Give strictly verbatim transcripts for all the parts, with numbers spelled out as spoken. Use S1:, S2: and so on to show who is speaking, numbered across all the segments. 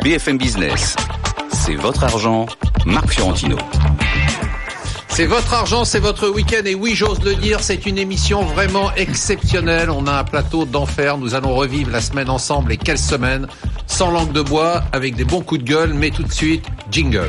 S1: B F M Business. C'est votre argent, Marc Fiorentino.
S2: C'est votre argent, c'est votre week-end et oui, j'ose le dire, c'est une émission vraiment exceptionnelle. On a un plateau d'enfer, nous allons revivre la semaine ensemble et quelle semaine, sans langue de bois, avec des bons coups de gueule, mais tout de suite, jingle.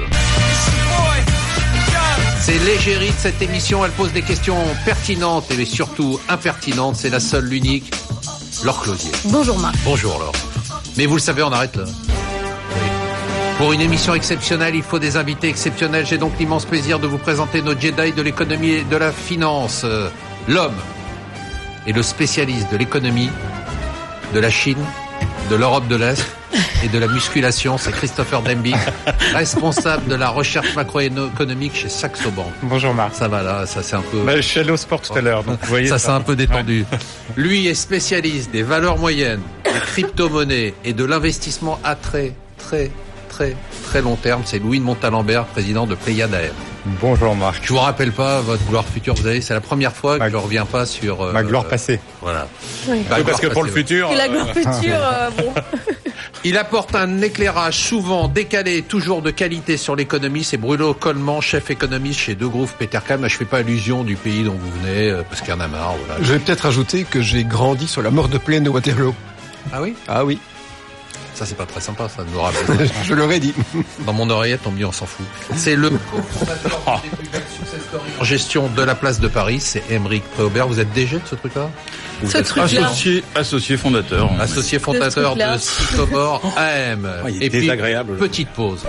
S2: C'est l'égérie de cette émission, elle pose des questions pertinentes et surtout impertinentes, c'est la seule, l'unique, Laure Closier.
S3: Bonjour Marc.
S2: Bonjour Laure. Mais vous le savez, on arrête là. Oui. Pour une émission exceptionnelle, il faut des invités exceptionnels. J'ai donc l'immense plaisir de vous présenter nos Jedi de l'économie et de la finance. Euh, l'homme est le spécialiste de l'économie, de la Chine, de l'Europe de l'Est et de la musculation. C'est Christopher Demby, responsable de la recherche macroéconomique chez Saxo Bank.
S4: Bonjour Marc.
S2: Ça va là, ça c'est un peu...
S4: Bah, je suis allé au sport tout à l'heure, donc vous voyez...
S2: Ça, ça c'est un peu détendu. Ouais. Lui est spécialiste des valeurs moyennes, des crypto-monnaies et de l'investissement à très, très, très, très long terme. C'est Louis de Montalembert, président de Pléiade A M.
S4: Bonjour Marc.
S2: Je vous rappelle pas votre gloire future, vous savez, c'est la première fois que je reviens pas sur... Euh,
S4: Ma gloire passée.
S2: Voilà.
S4: Oui.
S2: Bah,
S4: oui, parce que pour le futur...
S3: Et la gloire future, euh, bon...
S2: Il apporte un éclairage souvent décalé, toujours de qualité sur l'économie. C'est Bruno Coleman, chef économiste chez De Groove Petercam. Là, je fais pas allusion du pays dont vous venez, euh, parce qu'il y en a marre. Voilà.
S5: Je vais peut-être ajouter que j'ai grandi sur la mort de plaine de Waterloo.
S2: Ah oui ?
S5: Ah oui.
S2: Ça, c'est pas très sympa, ça, de nous rappeler.
S5: Je l'aurais dit.
S2: Dans mon oreillette, on me dit, on s'en fout. C'est le cofondateur du début de la Success Story en gestion de la place de Paris. C'est Aymeric Préaubert. Vous êtes D G de ce truc-là ?
S3: Vous ce truc-là.
S6: Associé, associé fondateur.
S2: Associé fondateur de, de Sycomore A M.
S6: Oh, il est
S2: Et puis,
S6: désagréable.
S2: Petite pause.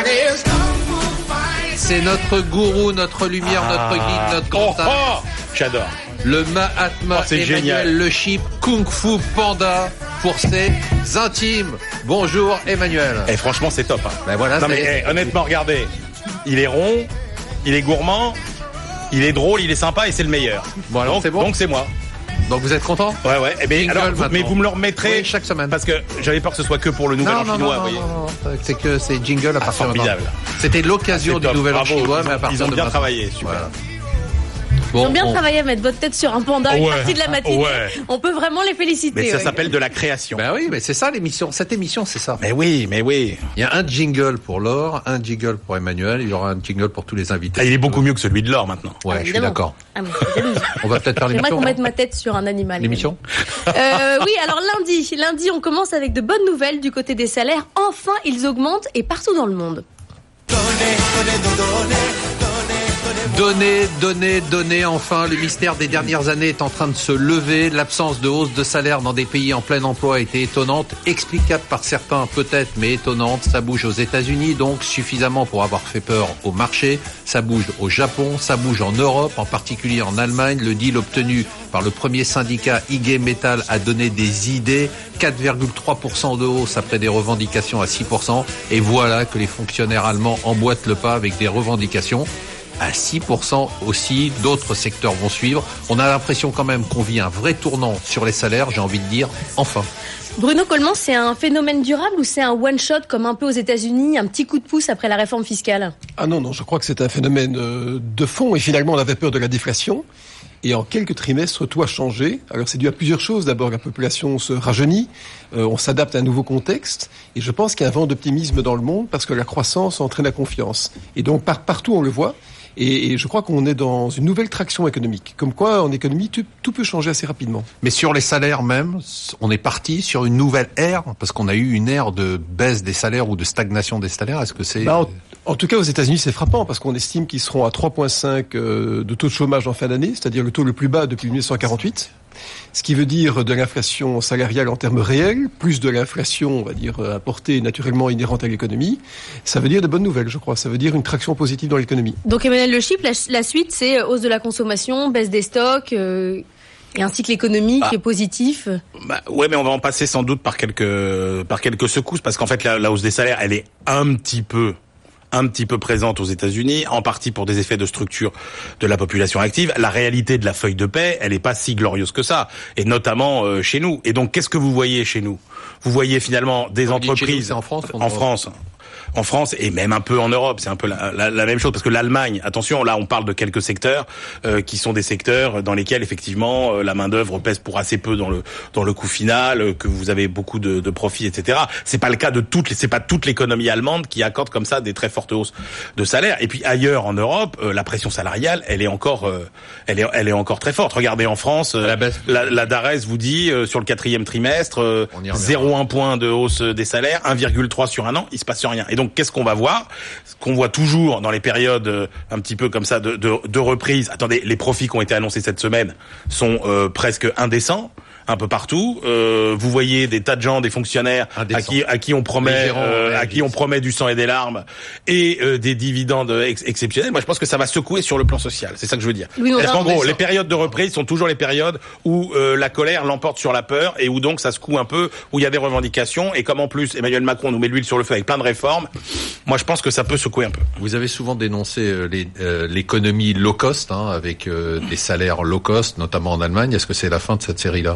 S2: C'est notre gourou, notre lumière, ah. notre guide, notre grand
S6: oh, oh, j'adore.
S2: Le Mahatma
S6: oh,
S2: Emmanuel
S6: génial.
S2: Le Chip Kung Fu Panda pour ses intimes. Bonjour Emmanuel.
S6: Et franchement, c'est top. Hein.
S2: Ben voilà,
S6: non, mais hey, honnêtement, regardez. Il est rond, il est gourmand, il est drôle, il est sympa et c'est le meilleur.
S2: Bon, alors,
S6: donc,
S2: c'est bon.
S6: Donc c'est moi.
S2: Donc vous êtes content ?
S6: Ouais, ouais. Eh bien, alors, vous, mais vous me le remettrez
S2: oui, chaque semaine.
S6: Parce que j'avais peur que ce soit que pour le nouvel
S2: non,
S6: an
S2: non,
S6: chinois.
S2: Non,
S6: vous voyez.
S2: non, non, non, c'est que c'est jingle à
S6: ah,
S2: partir de
S6: formidable.
S2: C'était l'occasion
S6: ah,
S2: du nouvel an
S6: Bravo,
S2: chinois,
S6: ils
S2: mais à
S6: ont,
S2: partir
S6: ils ont
S2: de
S6: bien
S2: maintenant.
S6: travaillé, super.
S2: Voilà.
S3: Bon, ils ont bien
S2: on...
S3: travaillé à mettre votre tête sur un panda une
S6: ouais.
S3: partie de la matinée.
S6: Ouais.
S3: On peut vraiment les féliciter.
S6: Mais ça
S3: ouais.
S6: s'appelle de la création.
S2: Ben oui, mais c'est ça l'émission. Cette émission, c'est ça.
S6: Mais oui, mais oui.
S2: Il y a un jingle pour Laure, un jingle pour Emmanuel. Il y aura un jingle pour tous les invités.
S6: Ah, il est beaucoup mieux que celui de Laure maintenant.
S2: Ouais,
S3: ah,
S2: je suis d'accord.
S3: Ah, mais c'est
S2: on va peut-être faire l'émission.
S3: J'aimerais qu'on mette ma tête sur un animal.
S2: L'émission
S3: euh, Oui, alors lundi, lundi, on commence avec de bonnes nouvelles du côté des salaires. Enfin, ils augmentent et partout dans le monde.
S2: Donnez, donnez, donnez, enfin, le mystère des dernières années est en train de se lever. L'absence de hausse de salaire dans des pays en plein emploi a été étonnante, explicable par certains peut-être, mais étonnante. Ça bouge aux États-Unis, donc suffisamment pour avoir fait peur au marché. Ça bouge au Japon, ça bouge en Europe, en particulier en Allemagne. Le deal obtenu par le premier syndicat I G Metall a donné des idées. quatre virgule trois pour cent de hausse après des revendications à six pour cent. Et voilà que les fonctionnaires allemands emboîtent le pas avec des revendications à six pour cent aussi, d'autres secteurs vont suivre. On a l'impression quand même qu'on vit un vrai tournant sur les salaires, j'ai envie de dire, enfin.
S3: Bruno Coleman, c'est un phénomène durable ou c'est un one-shot comme un peu aux États-Unis, un petit coup de pouce après la réforme fiscale ?
S5: Ah non, non, je crois que c'est un phénomène euh, de fond et finalement on avait peur de la déflation. Et en quelques trimestres, tout a changé. Alors c'est dû à plusieurs choses. D'abord, la population se rajeunit, euh, on s'adapte à un nouveau contexte. Et je pense qu'il y a un vent d'optimisme dans le monde parce que la croissance entraîne la confiance. Et donc par, partout on le voit. Et, et je crois qu'on est dans une nouvelle traction économique. Comme quoi, en économie, tout, tout peut changer assez rapidement.
S2: Mais sur les salaires même, on est parti sur une nouvelle ère, parce qu'on a eu une ère de baisse des salaires ou de stagnation des salaires. Est-ce que c'est...
S5: Bah, en, en tout cas, aux États-Unis, c'est frappant, parce qu'on estime qu'ils seront à trois virgule cinq euh, de taux de chômage en fin d'année, c'est-à-dire le taux le plus bas depuis dix-neuf cent quarante-huit. Ce qui veut dire de l'inflation salariale en termes réels, plus de l'inflation, on va dire, apportée naturellement inhérente à l'économie. Ça veut dire de bonnes nouvelles, je crois. Ça veut dire une traction positive dans l'économie.
S3: Donc Emmanuel Le Chip, la, la suite, c'est hausse de la consommation, baisse des stocks, euh, et un cycle économique ah. positif.
S6: Bah, ouais, mais on va en passer sans doute par quelques, par quelques secousses, parce qu'en fait, la, la hausse des salaires, elle est un petit peu... un petit peu présente aux États-Unis, en partie pour des effets de structure de la population active. La réalité de la feuille de paie, elle est pas si glorieuse que ça, et notamment euh, chez nous. Et donc, qu'est-ce que vous voyez chez nous ? Vous voyez finalement des
S2: on
S6: entreprises
S2: nous, en France,
S6: en France. en France et même un peu en Europe, c'est un peu la, la, la même chose parce que l'Allemagne, attention, là on parle de quelques secteurs euh, qui sont des secteurs dans lesquels effectivement euh, la main d'œuvre pèse pour assez peu dans le dans le coût final, euh, que vous avez beaucoup de, de profits, et cetera. C'est pas le cas de toutes les, c'est pas toute l'économie allemande qui accorde comme ça des très fortes hausses de salaire. Et puis ailleurs en Europe, euh, la pression salariale, elle est encore, euh, elle est elle est encore très forte. Regardez en France, euh, la, la, la Darès vous dit euh, sur le quatrième trimestre, euh, zéro virgule un point de hausse des salaires, un virgule trois sur un an, il se passe rien. Et donc qu'est-ce qu'on va voir? Ce qu'on voit toujours dans les périodes euh, un petit peu comme ça de, de, de reprise. Attendez, les profits qui ont été annoncés cette semaine sont euh, presque indécents. Un peu partout, euh, vous voyez des tas de gens, des fonctionnaires à qui à qui on promet gérants, euh, ouais, à qui on promet du sang et des larmes et euh, des dividendes ex- exceptionnels. Moi, je pense que ça va secouer sur le plan social. C'est ça que je veux dire. Oui, Parce qu'en gros, les périodes de reprise sont toujours les périodes où euh, la colère l'emporte sur la peur et où donc ça secoue un peu, où il y a des revendications et comme en plus Emmanuel Macron nous met l'huile sur le feu avec plein de réformes. Moi, je pense que ça peut secouer un peu.
S2: Vous avez souvent dénoncé euh, les, euh, l'économie low cost, hein, avec euh, des salaires low cost, notamment en Allemagne. Est-ce que c'est la fin de cette série-là?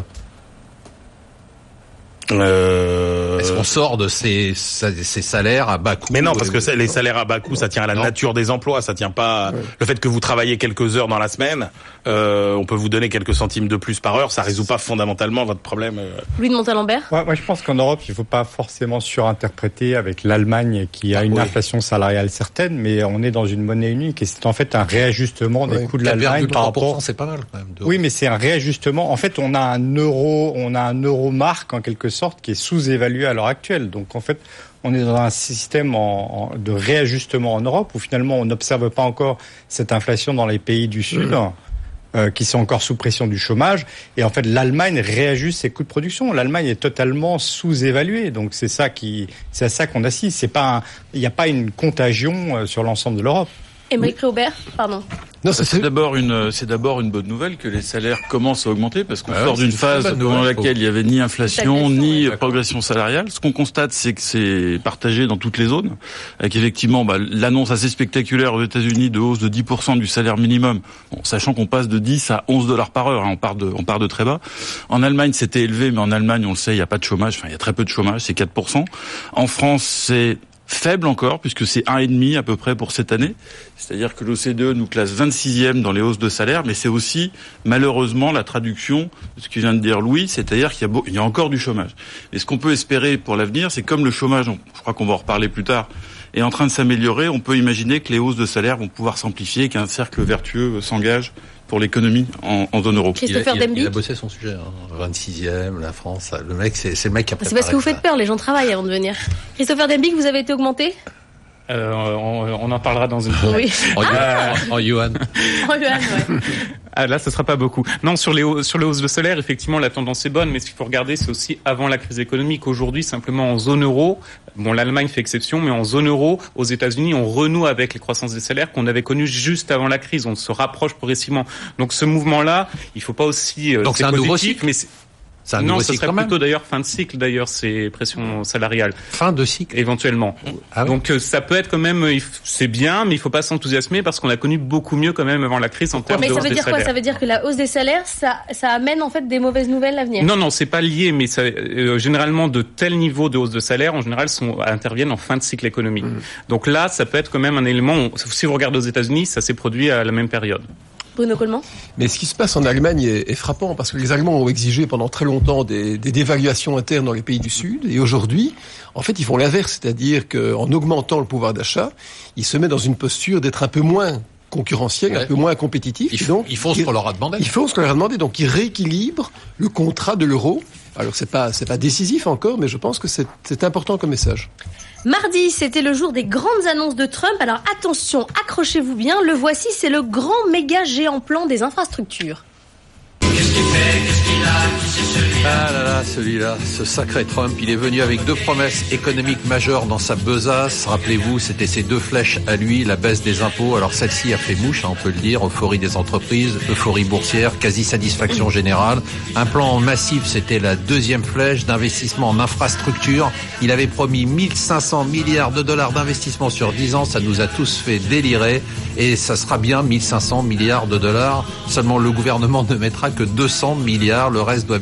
S2: Euh... Est-ce qu'on sort de ces, ces salaires à bas coût?
S6: Mais non, parce que les salaires à bas coût, ça tient à la non. nature des emplois, ça tient pas ouais. le fait que vous travaillez quelques heures dans la semaine. Euh, on peut vous donner quelques centimes de plus par heure, ça résout pas fondamentalement votre problème.
S3: Louis de Montalembert.
S4: Ouais, moi, je pense qu'en Europe, il faut pas forcément surinterpréter avec l'Allemagne qui a une oui. inflation salariale certaine, mais on est dans une monnaie unique et c'est en fait un réajustement des ouais. coûts de l'Allemagne par rapport.
S2: C'est pas mal quand même.
S4: Oui, mais c'est un réajustement. En fait, on a un euro, on a un euro marque en quelque sorte qui est sous-évalué à l'heure actuelle. Donc en fait, on est dans un système en, en, de réajustement en Europe où finalement on n'observe pas encore cette inflation dans les pays du Sud. Mmh. Euh, qui sont encore sous pression du chômage. Et en fait, l'Allemagne réajuste ses coûts de production. L'Allemagne est totalement sous-évaluée. Donc c'est ça qui, c'est à ça qu'on assiste. C'est pas, il n'y a pas une contagion sur l'ensemble de l'Europe.
S3: Émeric Réaubert, pardon.
S7: Non, ça, c'est d'abord une, c'est d'abord une bonne nouvelle que les salaires commencent à augmenter parce qu'on ah sort ouais, d'une phase pendant laquelle il y avait ni inflation, ni ouais. progression salariale. Ce qu'on constate, c'est que c'est partagé dans toutes les zones, avec effectivement bah, l'annonce assez spectaculaire aux États-Unis de hausse de dix pour cent du salaire minimum, bon, sachant qu'on passe de dix à onze dollars par heure. Hein, on part de, on part de très bas. En Allemagne, c'était élevé, mais en Allemagne, on le sait, il n'y a pas de chômage. Enfin, il y a très peu de chômage, c'est quatre pour cent. En France, c'est faible encore, puisque c'est un virgule cinq à peu près pour cette année. C'est-à-dire que l'O C D E nous classe vingt-sixième dans les hausses de salaire, mais c'est aussi, malheureusement, la traduction de ce que vient de dire Louis, c'est-à-dire qu'il y a, beau, il y a encore du chômage. Et ce qu'on peut espérer pour l'avenir, c'est comme le chômage, je crois qu'on va en reparler plus tard, est en train de s'améliorer, on peut imaginer que les hausses de salaire vont pouvoir s'amplifier et qu'un cercle vertueux s'engage pour l'économie en, en zone euro.
S3: Christopher
S2: il a,
S3: Dembic.
S2: Il a bossé son sujet, hein. vingt-sixième, la France, le mec, c'est, c'est le mec qui a préparé.
S3: C'est parce que vous faites peur, les gens travaillent avant de venir. Christopher Dembic, vous avez été augmenté?
S8: Euh, on, on en parlera dans une
S3: oui.
S2: en, ah en yuan.
S3: En yuan, ouais.
S8: Ah, là, ce sera pas beaucoup. Non, sur les sur les hausses de salaire, effectivement, la tendance est bonne, mais ce qu'il faut regarder, c'est aussi avant la crise économique. Aujourd'hui, simplement en zone euro, bon, l'Allemagne fait exception, mais en zone euro, aux États-Unis, on renoue avec les croissances des salaires qu'on avait connues juste avant la crise. On se rapproche progressivement. Donc, ce mouvement-là, il faut pas aussi. Euh,
S2: Donc, c'est, c'est un
S8: positif,
S2: nouveau cycle.
S8: Mais c'est...
S2: C'est
S8: non, ce serait plutôt d'ailleurs fin de cycle d'ailleurs ces pressions salariales.
S2: Fin de cycle
S8: éventuellement. Ah oui. Donc euh, ça peut être quand même, c'est bien, mais il faut pas s'enthousiasmer parce qu'on a connu beaucoup mieux quand même avant la crise en termes
S3: mais
S8: de hausse des salaires.
S3: Mais ça veut dire quoi? Ça veut dire que la hausse des salaires, ça, ça amène en fait des mauvaises nouvelles à venir.
S8: Non, non, c'est pas lié, mais ça, euh, généralement de tels niveaux de hausse de salaire, en général, sont interviennent en fin de cycle économique. Mmh. Donc là, ça peut être quand même un élément. Si vous regardez aux États-Unis, ça s'est produit à la même période.
S3: Bruno Coleman.
S5: Mais ce qui se passe en Allemagne est, est frappant parce que les Allemands ont exigé pendant très longtemps des, des dévaluations internes dans les pays du Sud et aujourd'hui, en fait, ils font l'inverse, c'est-à-dire qu'en augmentant le pouvoir d'achat, ils se mettent dans une posture d'être un peu moins concurrentiel, ouais. un peu moins compétitif.
S2: Ils, donc, ils font ce qu'on leur a demandé.
S5: Ils font ce qu'on leur a demandé, donc ils rééquilibrent le contrat de l'euro. Alors c'est pas c'est pas décisif encore, mais je pense que c'est, c'est important comme message.
S3: Mardi, c'était le jour des grandes annonces de Trump. Alors attention, accrochez-vous bien, le voici, c'est le grand méga géant plan des infrastructures.
S2: Qu'est-ce qu'il fait, qu'est-ce qu'il a, qui c'est celui-là? Ah là là, celui-là, ce sacré Trump, il est venu avec deux promesses économiques majeures dans sa besace. Rappelez-vous, c'était ces deux flèches à lui, la baisse des impôts. Alors celle-ci a fait mouche, hein, on peut le dire, euphorie des entreprises, euphorie boursière, quasi-satisfaction générale. Un plan massif, c'était la deuxième flèche d'investissement en infrastructure. Il avait promis mille cinq cents milliards de dollars d'investissement sur dix ans, ça nous a tous fait délirer. Et ça sera bien mille cinq cents milliards de dollars. Seulement le gouvernement ne mettra que deux cents milliards, le reste doit venir des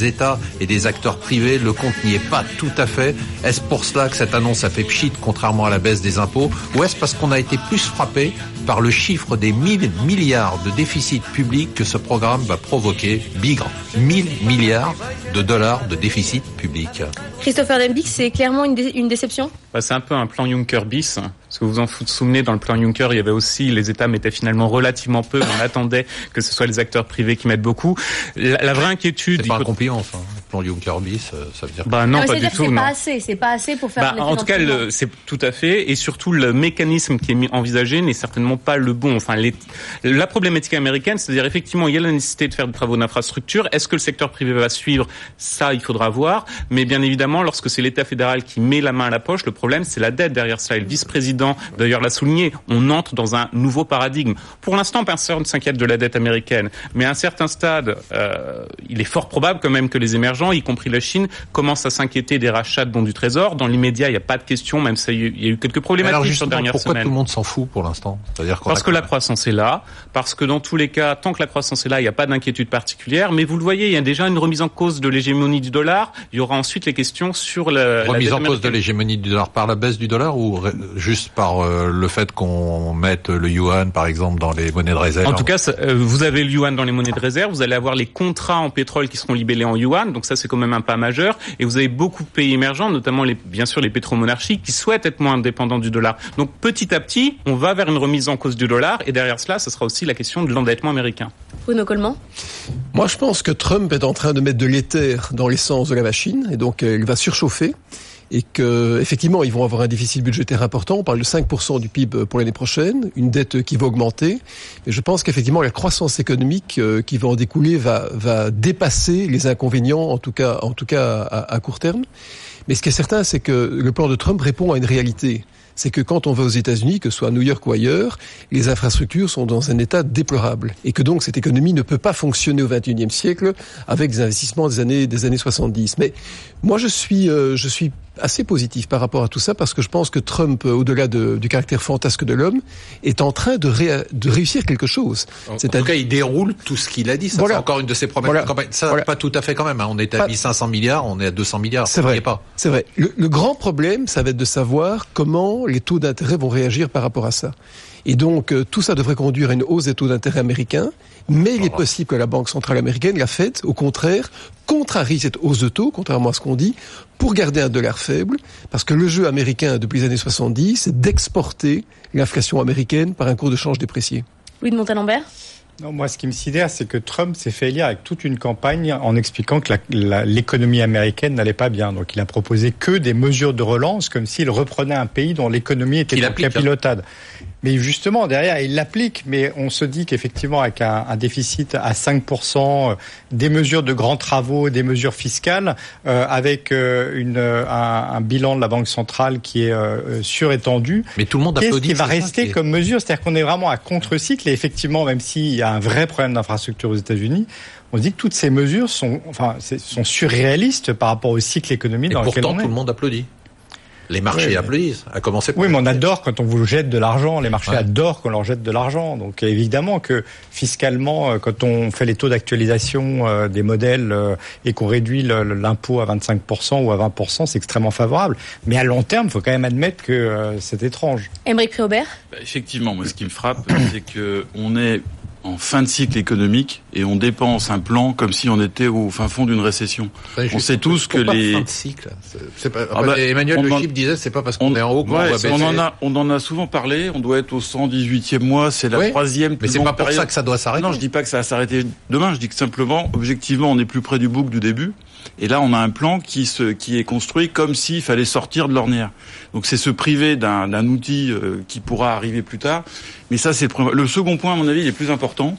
S2: des États et des acteurs privés. Le compte n'y est pas tout à fait. Est-ce pour cela que cette annonce a fait pchit, contrairement à la baisse des impôts, ou est-ce parce qu'on a été plus frappé par le chiffre des mille milliards de déficit public que ce programme va provoquer? Bigre, mille milliards de dollars de déficit public.
S3: Christopher Dembicks, c'est clairement une, dé- une déception?
S8: Bah, c'est un peu un plan Juncker bis. Parce que vous vous en souvenez, dans le plan Juncker, il y avait aussi, les États mettaient finalement relativement peu. On attendait que ce soit les acteurs privés qui mettent beaucoup. La, la vraie inquiétude...
S2: C'est pas
S8: faut...
S2: un compliment, enfin. Le plan Juncker bis, ça veut dire...
S8: Bah non,
S3: ah,
S8: pas du tout,
S3: c'est
S8: non.
S3: Pas assez, c'est pas assez pour faire...
S8: Bah, en tout cas, le, c'est tout à fait. Et surtout, le mécanisme qui est mis, envisagé n'est certainement pas le bon. Enfin, les, la problématique américaine, c'est-à-dire effectivement, il y a la nécessité de faire des travaux d'infrastructure. Est-ce que le secteur privé va suivre? Ça, il faudra voir. Mais bien évidemment, lorsque c'est l'État fédéral qui met la main à la poche, le problème, c'est la dette derrière ça. Et le vice-président, d'ailleurs, l'a souligné, on entre dans un nouveau paradigme. Pour l'instant, personne ne s'inquiète de la dette américaine. Mais à un certain stade, euh, il est fort probable quand même que les émergents, y compris la Chine, commencent à s'inquiéter des rachats de bons du Trésor. Dans l'immédiat, il n'y a pas de question, même s'il y a eu quelques problématiques sur la dernière
S2: pourquoi
S8: semaine.
S2: Tout le monde s'en fout pour l'instant? C'est-à-dire
S8: Parce que la croissance est là, parce que dans tous les cas, tant que la croissance est là, il n'y a pas d'inquiétude particulière. Mais vous le voyez, il y a déjà une remise en cause de l'hégémonie du dollar. Il y aura ensuite les questions sur la
S2: remise
S8: la
S2: en cause de l'hégémonie du dollar par la baisse du dollar ou ré- juste par euh, le fait qu'on mette le yuan, par exemple, dans les monnaies de réserve?
S8: En tout cas, euh, vous avez le yuan dans les monnaies de réserve, vous allez avoir les contrats en pétrole qui seront libellés en yuan, donc ça c'est quand même un pas majeur. Et vous avez beaucoup de pays émergents, notamment les, bien sûr les pétromonarchies, qui souhaitent être moins dépendants du dollar. Donc petit à petit, on va vers une remise en cause du dollar, et derrière cela, ce sera aussi la question de l'endettement américain.
S3: Bruno Coleman.
S5: Moi, je pense que Trump est en train de mettre de l'éther dans l'essence de la machine, et donc euh, il va surchauffer. Et que, effectivement, ils vont avoir un déficit budgétaire important. On parle de cinq pour cent du P I B pour l'année prochaine, une dette qui va augmenter. Et je pense qu'effectivement, la croissance économique euh, qui va en découler va, va dépasser les inconvénients, en tout cas, en tout cas à, à court terme. Mais ce qui est certain, c'est que le plan de Trump répond à une réalité. C'est que quand on va aux États-Unis, que ce soit à New York ou ailleurs, les infrastructures sont dans un état déplorable. Et que donc cette économie ne peut pas fonctionner au vingt et unième siècle avec des investissements des années, des années soixante-dix. Mais moi, je suis, euh, je suis assez positif par rapport à tout ça parce que je pense que Trump, au-delà de, du caractère fantasque de l'homme, est en train de, ré, de réussir quelque chose.
S2: En, en tout cas, il déroule tout ce qu'il a dit. Ça,
S5: voilà.
S2: C'est encore une de ses promesses.
S5: Voilà.
S2: Ça, voilà. Pas tout à fait quand même. Hein. On est à mille cinq cents milliards, on est à deux cents milliards.
S5: C'est vrai.
S2: Pas.
S5: C'est vrai. Le, le grand problème, ça va être de savoir comment les taux d'intérêt vont réagir par rapport à ça. Et donc, euh, tout ça devrait conduire à une hausse des taux d'intérêt américains, mais il est possible que la Banque centrale américaine, la Fed, au contraire, contrarie cette hausse de taux, contrairement à ce qu'on dit, pour garder un dollar faible, parce que le jeu américain depuis les années soixante-dix, c'est d'exporter l'inflation américaine par un cours de change déprécié.
S3: Louis de Montalembert.
S4: Non, moi, ce qui me sidère, c'est que Trump s'est fait élire avec toute une campagne en expliquant que la, la, l'économie américaine n'allait pas bien. Donc, il a proposé que des mesures de relance, comme s'il reprenait un pays dont l'économie était en capilotade. Mais justement, derrière, il l'applique. Mais on se dit qu'effectivement, avec un, un déficit à cinq pour cent, des mesures de grands travaux, des mesures fiscales, euh, avec euh, une, un, un bilan de la Banque centrale qui est euh, surétendu.
S2: Mais tout le monde applaudit.
S4: Qu'est-ce qui va rester comme mesure? C'est-à-dire qu'on est vraiment à contre-cycle. Et effectivement, même s'il y a un vrai problème d'infrastructure aux États-Unis, on se dit que toutes ces mesures sont, enfin, sont surréalistes par rapport au cycle économique
S2: et
S4: dans lequel on est.
S2: Pourtant, tout le monde applaudit. Les marchés oui, applaudissent, à commencer par...
S4: Oui, mais on adore quand on vous jette de l'argent. Les marchés ouais. adorent qu'on leur jette de l'argent. Donc évidemment que fiscalement, quand on fait les taux d'actualisation des modèles et qu'on réduit l'impôt à vingt-cinq pour cent ou à vingt pour cent, c'est extrêmement favorable. Mais à long terme, il faut quand même admettre que c'est étrange.
S3: Aymeric Préaubert.
S7: Bah, effectivement, moi ce qui me frappe, c'est que on est en fin de cycle économique et on dépense un plan comme si on était au fin fond d'une récession.
S2: Ouais,
S7: on sait tous que les
S2: fin de cycle. C'est, c'est pas,
S7: ah bah,
S2: Emmanuel Le Chip disait c'est pas parce qu'on
S7: on,
S2: est en haut qu'on
S7: ouais,
S2: va baisser.
S7: On en a on en a souvent parlé, on doit être au cent dix-huitième mois, c'est la oui, troisième plus
S2: mais c'est
S7: longue
S2: pas pour
S7: période.
S2: ça que ça doit s'arrêter.
S7: Non, je dis pas que ça va s'arrêter demain, je dis que simplement objectivement, on est plus près du bout que du début. Et là, on a un plan qui se, qui est construit comme s'il fallait sortir de l'ornière. Donc, c'est se priver d'un, d'un outil euh, qui pourra arriver plus tard. Mais ça, c'est le premier. Le second point, à mon avis, il est plus important.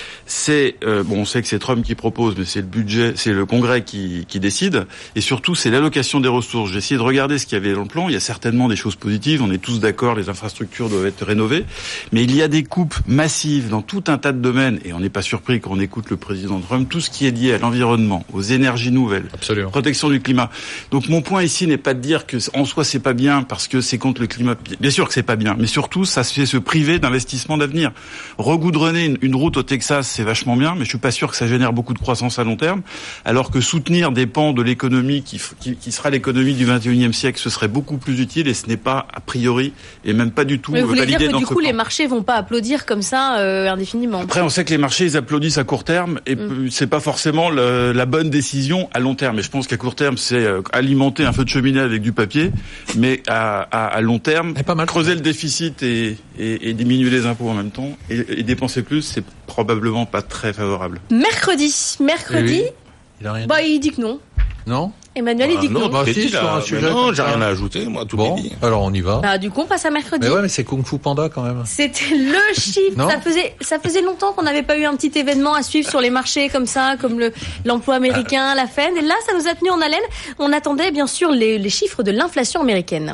S7: C'est euh, bon, on sait que c'est Trump qui propose, mais c'est le budget, c'est le Congrès qui, qui décide, et surtout c'est l'allocation des ressources. J'ai essayé de regarder ce qu'il y avait dans le plan. Il y a certainement des choses positives. On est tous d'accord, les infrastructures doivent être rénovées, mais il y a des coupes massives dans tout un tas de domaines, et on n'est pas surpris quand on écoute le président Trump. Tout ce qui est lié à l'environnement, aux énergies nouvelles,
S2: Absolument.
S7: protection du climat. Donc mon point ici n'est pas de dire que en soi c'est pas bien parce que c'est contre le climat. Bien sûr que c'est pas bien, mais surtout ça se fait se priver d'investissements d'avenir. Regoudronner une, une route au Texas c'est vachement bien, mais je suis pas sûr que ça génère beaucoup de croissance à long terme. Alors que soutenir des pans de l'économie qui, qui, qui sera l'économie du vingt et unième siècle, ce serait beaucoup plus utile et ce n'est pas a priori et même pas du tout
S3: mais vous
S7: validé
S3: voulez dire que du coup,
S7: plan.
S3: les marchés vont pas applaudir comme ça euh, indéfiniment.
S7: Après, on sait que les marchés, ils applaudissent à court terme et mm. c'est pas forcément le, la bonne décision à long terme. Et je pense qu'à court terme, c'est alimenter un feu de cheminée avec du papier, mais à, à, à long terme, pas mal. creuser le déficit et, et, et diminuer les impôts en même temps et, et dépenser plus, c'est probablement pas très favorable.
S3: Mercredi, mercredi,
S2: oui, il a rien
S3: bah il dit que non.
S2: Non.
S3: Emmanuel, bah, il dit que non.
S2: Non, bah, si, sur un sujet.
S6: Non, j'ai rien à ajouter, moi, tout
S2: bon,
S6: est dit.
S2: Alors on y va.
S3: Bah, du coup, on passe à mercredi.
S2: Mais ouais, mais c'est Kung Fu Panda quand même.
S3: C'était le chiffre.
S2: Non.
S3: ça faisait, ça faisait longtemps qu'on n'avait pas eu un petit événement à suivre sur les marchés comme ça, comme le, l'emploi américain, la Fed. Et là, ça nous a tenu en haleine. On attendait, bien sûr, les, les chiffres de l'inflation américaine.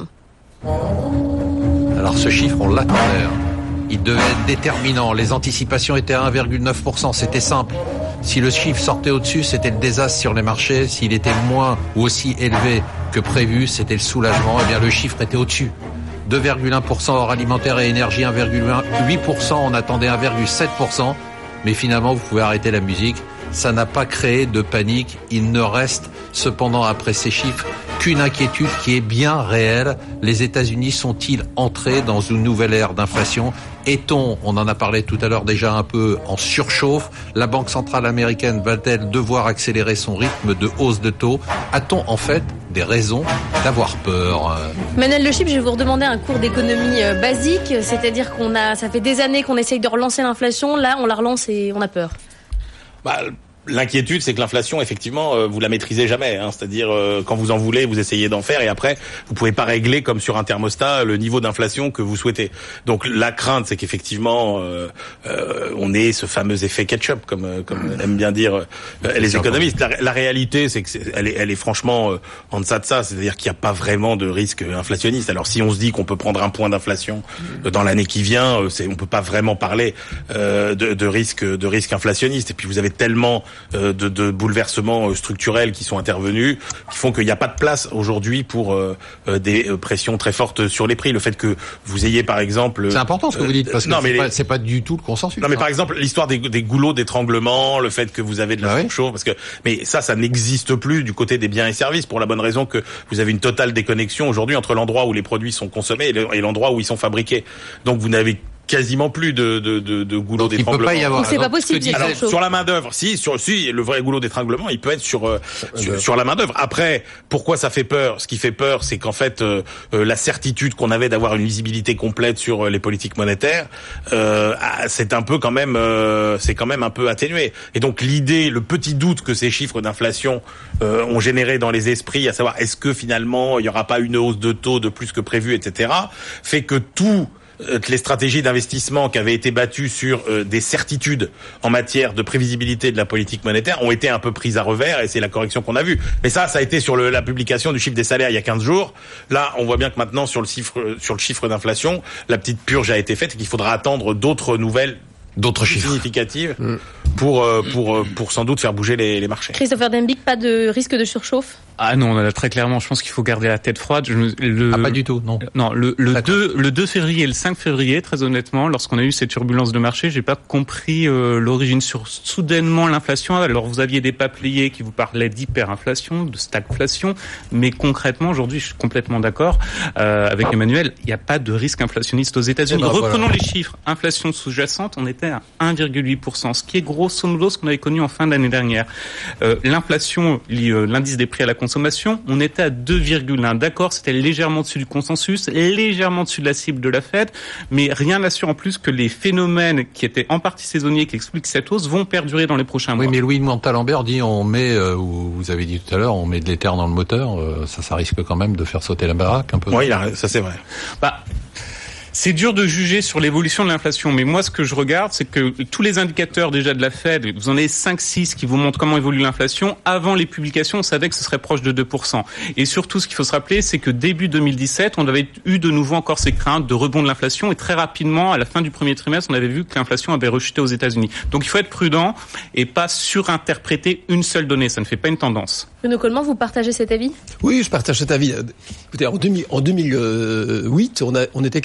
S2: Alors ce chiffre, on l'attendait. Hein. Il devait être déterminant. Les anticipations étaient à un virgule neuf pour cent. C'était simple. Si le chiffre sortait au-dessus, c'était le désastre sur les marchés. S'il était moins ou aussi élevé que prévu, c'était le soulagement. Eh bien, le chiffre était au-dessus. deux virgule un pour cent hors alimentaire et énergie, un virgule huit pour cent. On attendait un virgule sept pour cent. Mais finalement, vous pouvez arrêter la musique. Ça n'a pas créé de panique. Il ne reste cependant, après ces chiffres, qu'une inquiétude qui est bien réelle. Les États-Unis sont-ils entrés dans une nouvelle ère d'inflation ? Est-on, on en a parlé tout à l'heure déjà un peu, en surchauffe ? La Banque centrale américaine va-t-elle devoir accélérer son rythme de hausse de taux ? A-t-on en fait des raisons d'avoir peur ?
S3: Manuel Le Chip, je vais vous redemander un cours d'économie basique, c'est-à-dire qu'on a, ça fait des années qu'on essaye de relancer l'inflation, là on la relance et on a peur.
S6: Bah, l'inquiétude, c'est que l'inflation, effectivement, euh, vous la maîtrisez jamais. Hein, c'est-à-dire, euh, quand vous en voulez, vous essayez d'en faire, et après, vous pouvez pas régler comme sur un thermostat le niveau d'inflation que vous souhaitez. Donc, la crainte, c'est qu'effectivement, euh, euh, on ait ce fameux effet ketchup, comme euh, comme aiment bien dire euh, les économistes. La, la réalité, c'est que c'est, elle est, elle est franchement euh, en deçà de ça. C'est-à-dire qu'il n'y a pas vraiment de risque inflationniste. Alors, si on se dit qu'on peut prendre un point d'inflation euh, dans l'année qui vient, euh, c'est, on peut pas vraiment parler euh, de, de risque de risque inflationniste. Et puis, vous avez tellement De, de bouleversements structurels qui sont intervenus, qui font qu'il n'y a pas de place aujourd'hui pour euh, des pressions très fortes sur les prix. Le fait que vous ayez, par exemple...
S2: C'est important ce que vous dites, parce que
S6: non,
S2: c'est,
S6: mais
S2: pas, c'est pas du tout le consensus.
S6: Non, mais
S2: hein.
S6: par exemple, l'histoire des, des goulots d'étranglement, le fait que vous avez de la
S2: ah
S6: surchauffe, parce que... Mais ça, ça n'existe plus du côté des biens et services, pour la bonne raison que vous avez une totale déconnexion aujourd'hui entre l'endroit où les produits sont consommés et l'endroit où ils sont fabriqués. Donc vous n'avez quasiment plus de de de, de goulot d'étranglement.
S2: Il peut pas y avoir.
S3: Donc c'est pas possible.
S6: Alors sur la main d'œuvre, si sur si le vrai goulot d'étranglement, il peut être sur euh, sur, sur la main d'œuvre. Après, pourquoi ça fait peur ? Ce qui fait peur, c'est qu'en fait euh, euh, la certitude qu'on avait d'avoir une visibilité complète sur euh, les politiques monétaires, euh, c'est un peu quand même euh, c'est quand même un peu atténué. Et donc l'idée, le petit doute que ces chiffres d'inflation euh, ont généré dans les esprits, à savoir est-ce que finalement il y aura pas une hausse de taux de plus que prévu, et cetera, fait que tout les stratégies d'investissement qui avaient été battues sur euh, des certitudes en matière de prévisibilité de la politique monétaire ont été un peu prises à revers, et c'est la correction qu'on a vue. Mais ça, ça a été sur le, la publication du chiffre des salaires il y a quinze jours. Là, on voit bien que maintenant, sur le chiffre, sur le chiffre d'inflation, la petite purge a été faite et qu'il faudra attendre d'autres nouvelles,
S2: d'autres chiffres
S6: significatives pour, euh, pour, pour sans doute faire bouger les, les marchés.
S3: Christopher Denbick, pas de risque de surchauffe ?
S8: Ah non, là, très clairement, je pense qu'il faut garder la tête froide. Je, le,
S2: ah, pas du tout, non.
S8: Non, le, le deux, le deux février et le cinq février, très honnêtement, lorsqu'on a eu cette turbulence de marché, j'ai pas compris euh, l'origine sur soudainement l'inflation. Alors, vous aviez des papiers qui vous parlaient d'hyperinflation, de stagflation, mais concrètement, aujourd'hui, je suis complètement d'accord euh, avec Emmanuel, il n'y a pas de risque inflationniste aux États-Unis. Ben, Reprenons voilà. les chiffres. Inflation sous-jacente, on était à un virgule huit pour cent, ce qui est grosso modo ce qu'on avait connu en fin d'année dernière. Euh, l'inflation, l'indice des prix à la consommation, on était à deux virgule un. D'accord, c'était légèrement dessus du consensus, légèrement dessus de la cible de la Fed, mais rien n'assure en plus que les phénomènes qui étaient en partie saisonniers, qui expliquent cette hausse, vont perdurer dans les prochains mois.
S2: Oui, mais Louis Montalembert dit on met, euh, vous avez dit tout à l'heure, on met de l'éther dans le moteur, euh, ça, ça risque quand même de faire sauter la baraque un peu.
S6: Oui, là, ça c'est vrai.
S8: Bah, c'est dur de juger sur l'évolution de l'inflation, mais moi, ce que je regarde, c'est que tous les indicateurs déjà de la Fed, vous en avez cinq six qui vous montrent comment évolue l'inflation. Avant les publications, on savait que ce serait proche de deux pour cent. Et surtout, ce qu'il faut se rappeler, c'est que début deux mille dix-sept, on avait eu de nouveau encore ces craintes de rebond de l'inflation, et très rapidement, à la fin du premier trimestre, on avait vu que l'inflation avait rechuté aux États-Unis. Donc il faut être prudent et pas surinterpréter une seule donnée, ça ne fait pas une tendance.
S3: Bruno Coleman, vous partagez cet avis ?
S5: Oui, je partage cet avis. Écoutez, en deux mille huit, on, a, on était quasiment à six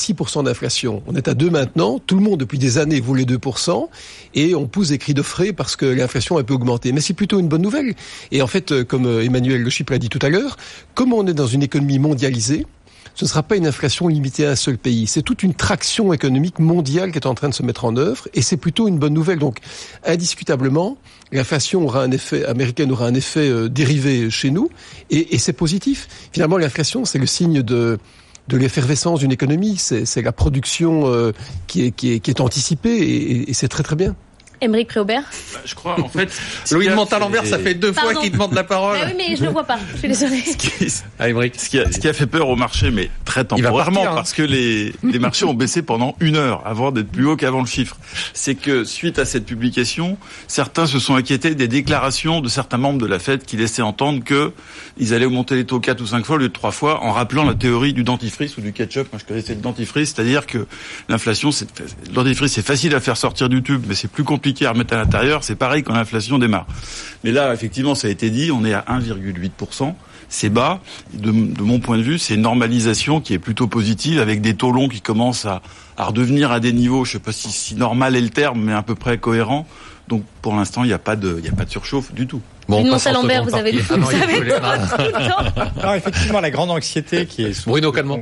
S5: six pour cent d'inflation. On est à deux maintenant. Tout le monde, depuis des années, voulait deux pour cent. Et on pousse des cris de frais parce que l'inflation a un peu augmenté. Mais c'est plutôt une bonne nouvelle. Et en fait, comme Emmanuel Le Chypre l'a dit tout à l'heure, comme on est dans une économie mondialisée, ce ne sera pas une inflation limitée à un seul pays. C'est toute une traction économique mondiale qui est en train de se mettre en œuvre, et c'est plutôt une bonne nouvelle. Donc, indiscutablement, l'inflation aura un effet, américaine aura un effet euh, dérivé chez nous, et, et c'est positif. Finalement, l'inflation, c'est le signe de de l'effervescence d'une économie. C'est, c'est la production euh, qui est qui est qui est anticipée, et, et c'est très très bien.
S3: Aymeric Préaubert.
S7: Bah, je crois, en fait...
S2: Louis de Montalembert, ça fait deux
S3: Pardon.
S2: fois qu'il demande la parole.
S3: Ah oui, mais je le vois pas. Je suis désolée.
S7: Ce qui,
S2: Ah, Aymeric.
S7: ce, qui a, ce qui a fait peur au marché, mais très temporairement,
S2: partir, hein.
S7: parce que les, les marchés ont baissé pendant une heure avant d'être plus haut qu'avant le chiffre. C'est que, suite à cette publication, certains se sont inquiétés des déclarations de certains membres de la Fed qui laissaient entendre que ils allaient augmenter les taux quatre ou cinq fois au lieu de trois fois, en rappelant la théorie du dentifrice ou du ketchup. Moi, je connaissais le dentifrice, c'est-à-dire que l'inflation, c'est, le dentifrice, c'est facile à faire sortir du tube, mais c'est plus compliqué à remettre à l'intérieur. C'est pareil quand l'inflation démarre. Mais là, effectivement, ça a été dit, on est à un virgule huit pour cent. C'est bas. De, de mon point de vue, c'est une normalisation qui est plutôt positive, avec des taux longs qui commencent à, à redevenir à des niveaux, je ne sais pas si, si normal est le terme, mais à peu près cohérent. Donc, pour l'instant, il n'y a pas de, il n'y a pas de surchauffe du tout.
S2: Bon,
S3: Louis de Montalembert, vous avez,
S2: ah non,
S3: vous avez
S2: voulait...
S3: tout le temps.
S4: Non, effectivement, la grande anxiété qui est sous...
S2: Bruno Calmont.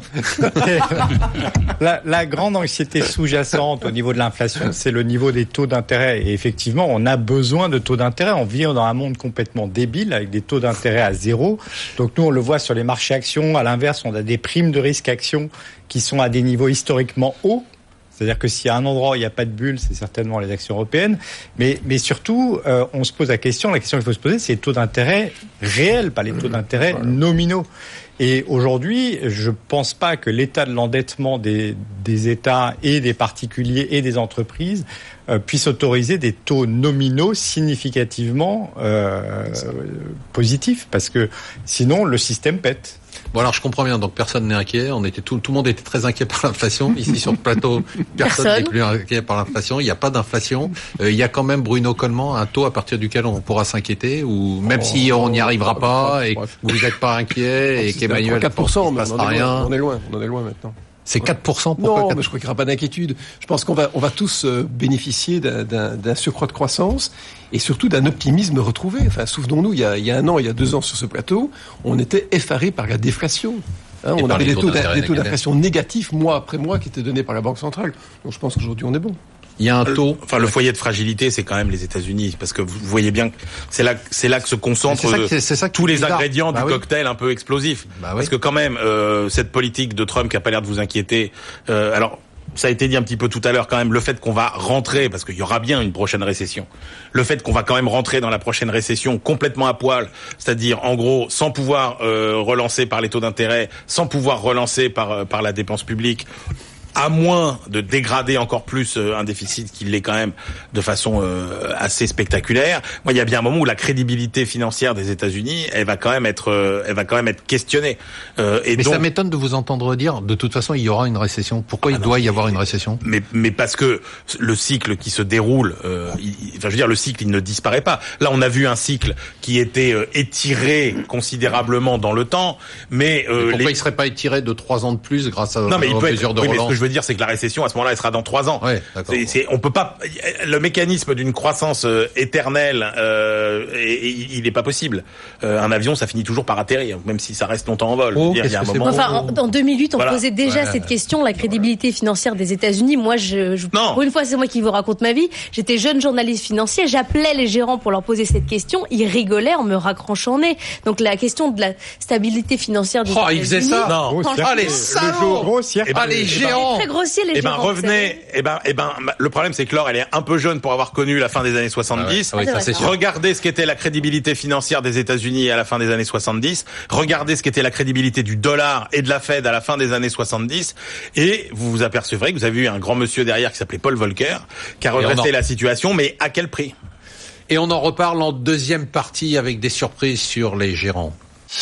S4: la, la grande anxiété sous-jacente au niveau de l'inflation, c'est le niveau des taux d'intérêt. Et effectivement, on a besoin de taux d'intérêt. On vit dans un monde complètement débile avec des taux d'intérêt à zéro. Donc nous, on le voit sur les marchés actions. À l'inverse, on a des primes de risque actions qui sont à des niveaux historiquement hauts. C'est-à-dire que s'il y a un endroit où il n'y a pas de bulle, c'est certainement les actions européennes. Mais, mais surtout, euh, on se pose la question, la question qu'il faut se poser, c'est les taux d'intérêt réels, pas les taux d'intérêt nominaux. Et aujourd'hui, je ne pense pas que l'état de l'endettement des, des États et des particuliers et des entreprises euh, puisse autoriser des taux nominaux significativement euh, positifs, parce que sinon, le système pète.
S2: Bon, alors je comprends bien, donc personne n'est inquiet. On était tout, tout le monde était très inquiet par l'inflation. Ici sur le plateau, personne n'est plus inquiet par l'inflation. Il n'y a pas d'inflation. Euh, il y a quand même, Bruno Calmont, un taux à partir duquel on pourra s'inquiéter, ou même oh, si on n'y arrivera pas et que vous n'êtes pas inquiet et qu'Emmanuel
S5: quatre pour cent,
S2: ne passe
S5: on,
S2: pas rien.
S5: On est loin, on est loin maintenant.
S2: C'est quatre pour cent. Pourquoi
S5: non,
S2: quatre pour cent?
S5: mais je crois qu'il n'y aura pas d'inquiétude. Je pense qu'on va, on va tous euh, bénéficier d'un, d'un, d'un surcroît de croissance et surtout d'un optimisme retrouvé. Enfin, souvenons-nous, il y a, il y a un an, il y a deux ans sur ce plateau, on était effarés par la déflation. Hein, on avait des taux, des taux d'inflation négatifs mois après mois qui étaient donnés par la Banque centrale. Donc je pense qu'aujourd'hui on est bon.
S2: Il y a un taux.
S6: Enfin, le foyer de fragilité, c'est quand même les États-Unis, parce que vous voyez bien que c'est là, c'est là que se concentrent c'est ça que, c'est ça tous les ingrédients bah du oui. cocktail un peu explosif. Bah oui. Parce que quand même, euh, cette politique de Trump qui a pas l'air de vous inquiéter. Euh, alors. Ça a été dit un petit peu tout à l'heure quand même, le fait qu'on va rentrer, parce qu'il y aura bien une prochaine récession, le fait qu'on va quand même rentrer dans la prochaine récession complètement à poil, c'est-à-dire en gros sans pouvoir euh, relancer par les taux d'intérêt, sans pouvoir relancer par, par la dépense publique, à moins de dégrader encore plus euh, un déficit qui l'est quand même de façon euh, assez spectaculaire. Moi, il y a bien un moment où la crédibilité financière des États-Unis, elle va quand même être, euh, elle va quand même être questionnée. Euh, et
S2: mais
S6: donc,
S2: ça m'étonne de vous entendre dire, de toute façon, il y aura une récession. Pourquoi ah il non, doit y avoir une récession?
S6: Mais, mais parce que le cycle qui se déroule, euh, il, enfin, je veux dire, le cycle, il ne disparaît pas. Là, on a vu un cycle qui était euh, étiré considérablement dans le temps, mais, euh,
S2: mais pourquoi
S6: les...
S2: il serait pas étiré de trois ans de plus grâce à
S6: non, mais
S2: aux mesures
S6: être...
S2: de
S6: oui,
S2: relance?
S6: Je veux dire, c'est que la récession, à ce moment-là, elle sera dans trois ans.
S2: Ouais,
S6: c'est, c'est, on peut pas, le mécanisme d'une croissance euh, éternelle, euh, et, et, il n'est pas possible. Euh, un avion, ça finit toujours par atterrir, même si ça reste longtemps en vol.
S2: Oh,
S6: dire, il y a un moment
S3: enfin, en, en deux mille huit, on voilà. posait déjà ouais. cette question, la crédibilité financière des États-Unis. Moi, je, je pour une fois, c'est moi qui vous raconte ma vie. J'étais jeune journaliste financier, j'appelais les gérants pour leur poser cette question. Ils rigolaient en me raccrochant au nez. Donc la question de la stabilité financière des
S2: oh,
S3: États-Unis.
S2: Oh, ils faisaient ça.
S3: Non.
S2: Ah, les salauds. Ah, les géants.
S3: Très grossiers les
S6: eh
S3: gérants.
S6: Ben, revenez, eh ben, eh ben, le problème, c'est que l'or, elle est un peu jeune pour avoir connu la fin des années soixante-dix.
S2: Ah ouais. Ah oui, ça, c'est sûr.
S6: Regardez ce qu'était la crédibilité financière des États-Unis à la fin des années soixante-dix. Regardez ce qu'était la crédibilité du dollar et de la Fed à la fin des années soixante-dix. Et vous vous apercevrez que vous avez eu un grand monsieur derrière qui s'appelait Paul Volcker, qui a redressé en... la situation, mais à quel prix?
S2: Et on en reparle en deuxième partie avec des surprises sur les gérants.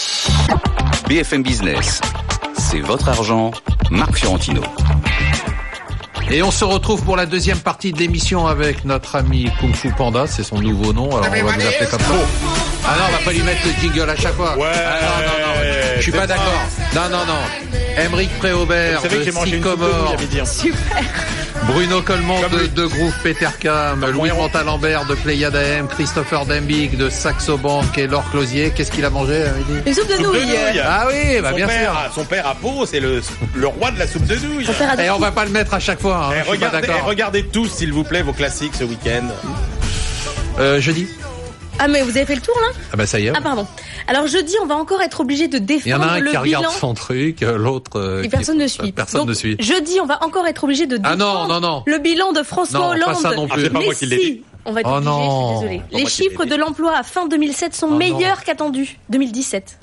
S1: B F M Business, c'est votre argent, Marc Fiorentino.
S2: Et on se retrouve pour la deuxième partie de l'émission avec notre ami Kung Fu Panda, c'est son nouveau nom, alors on va vous appeler comme ça. Ah non, on va pas lui mettre le jingle à chaque fois.
S6: Ouais.
S2: Ah non, non, non, je suis pas d'accord. Non, non, non. Émeric Préaubert de Sycomore.
S3: Super.
S2: Bruno Coleman de, de Groupe Petercam, Louis Montalembert de Pléiade A M, Christopher Dembig de Saxo Bank et Laure Closier. Qu'est-ce qu'il a mangé, midi?
S3: Une soupe de nouilles.
S2: Ah oui, bah
S6: son
S2: bien
S6: père,
S2: sûr.
S6: Son père à Pau, c'est le, le roi de la soupe de nouilles.
S2: Et on va pas le mettre à chaque fois. Hein,
S6: et regardez, et regardez tous, s'il vous plaît, vos classiques ce week-end.
S2: Euh, jeudi.
S3: Ah mais vous avez fait le tour là?
S2: Ah bah ça y est.
S3: Ah pardon. Alors jeudi, on va encore être obligé de défendre le bilan.
S2: Il y en a un qui
S3: bilan.
S2: regarde son truc, l'autre. Euh,
S3: et personne
S2: qui...
S3: ne suit.
S2: Personne
S3: Donc,
S2: ne suit.
S3: Jeudi, on va encore être obligé de défendre
S2: ah non, non, non.
S3: le bilan de François
S2: non,
S3: Hollande.
S2: Pas ça non plus.
S6: Ah, c'est pas
S3: mais
S6: moi qui l'ai
S3: si,
S6: dit.
S3: on va être
S2: oh
S3: obligé,
S2: non.
S3: je suis désolée.
S6: Pas
S3: Les chiffres de l'emploi à fin deux mille sept sont
S2: oh
S3: meilleurs qu'attendus. deux mille dix-sept.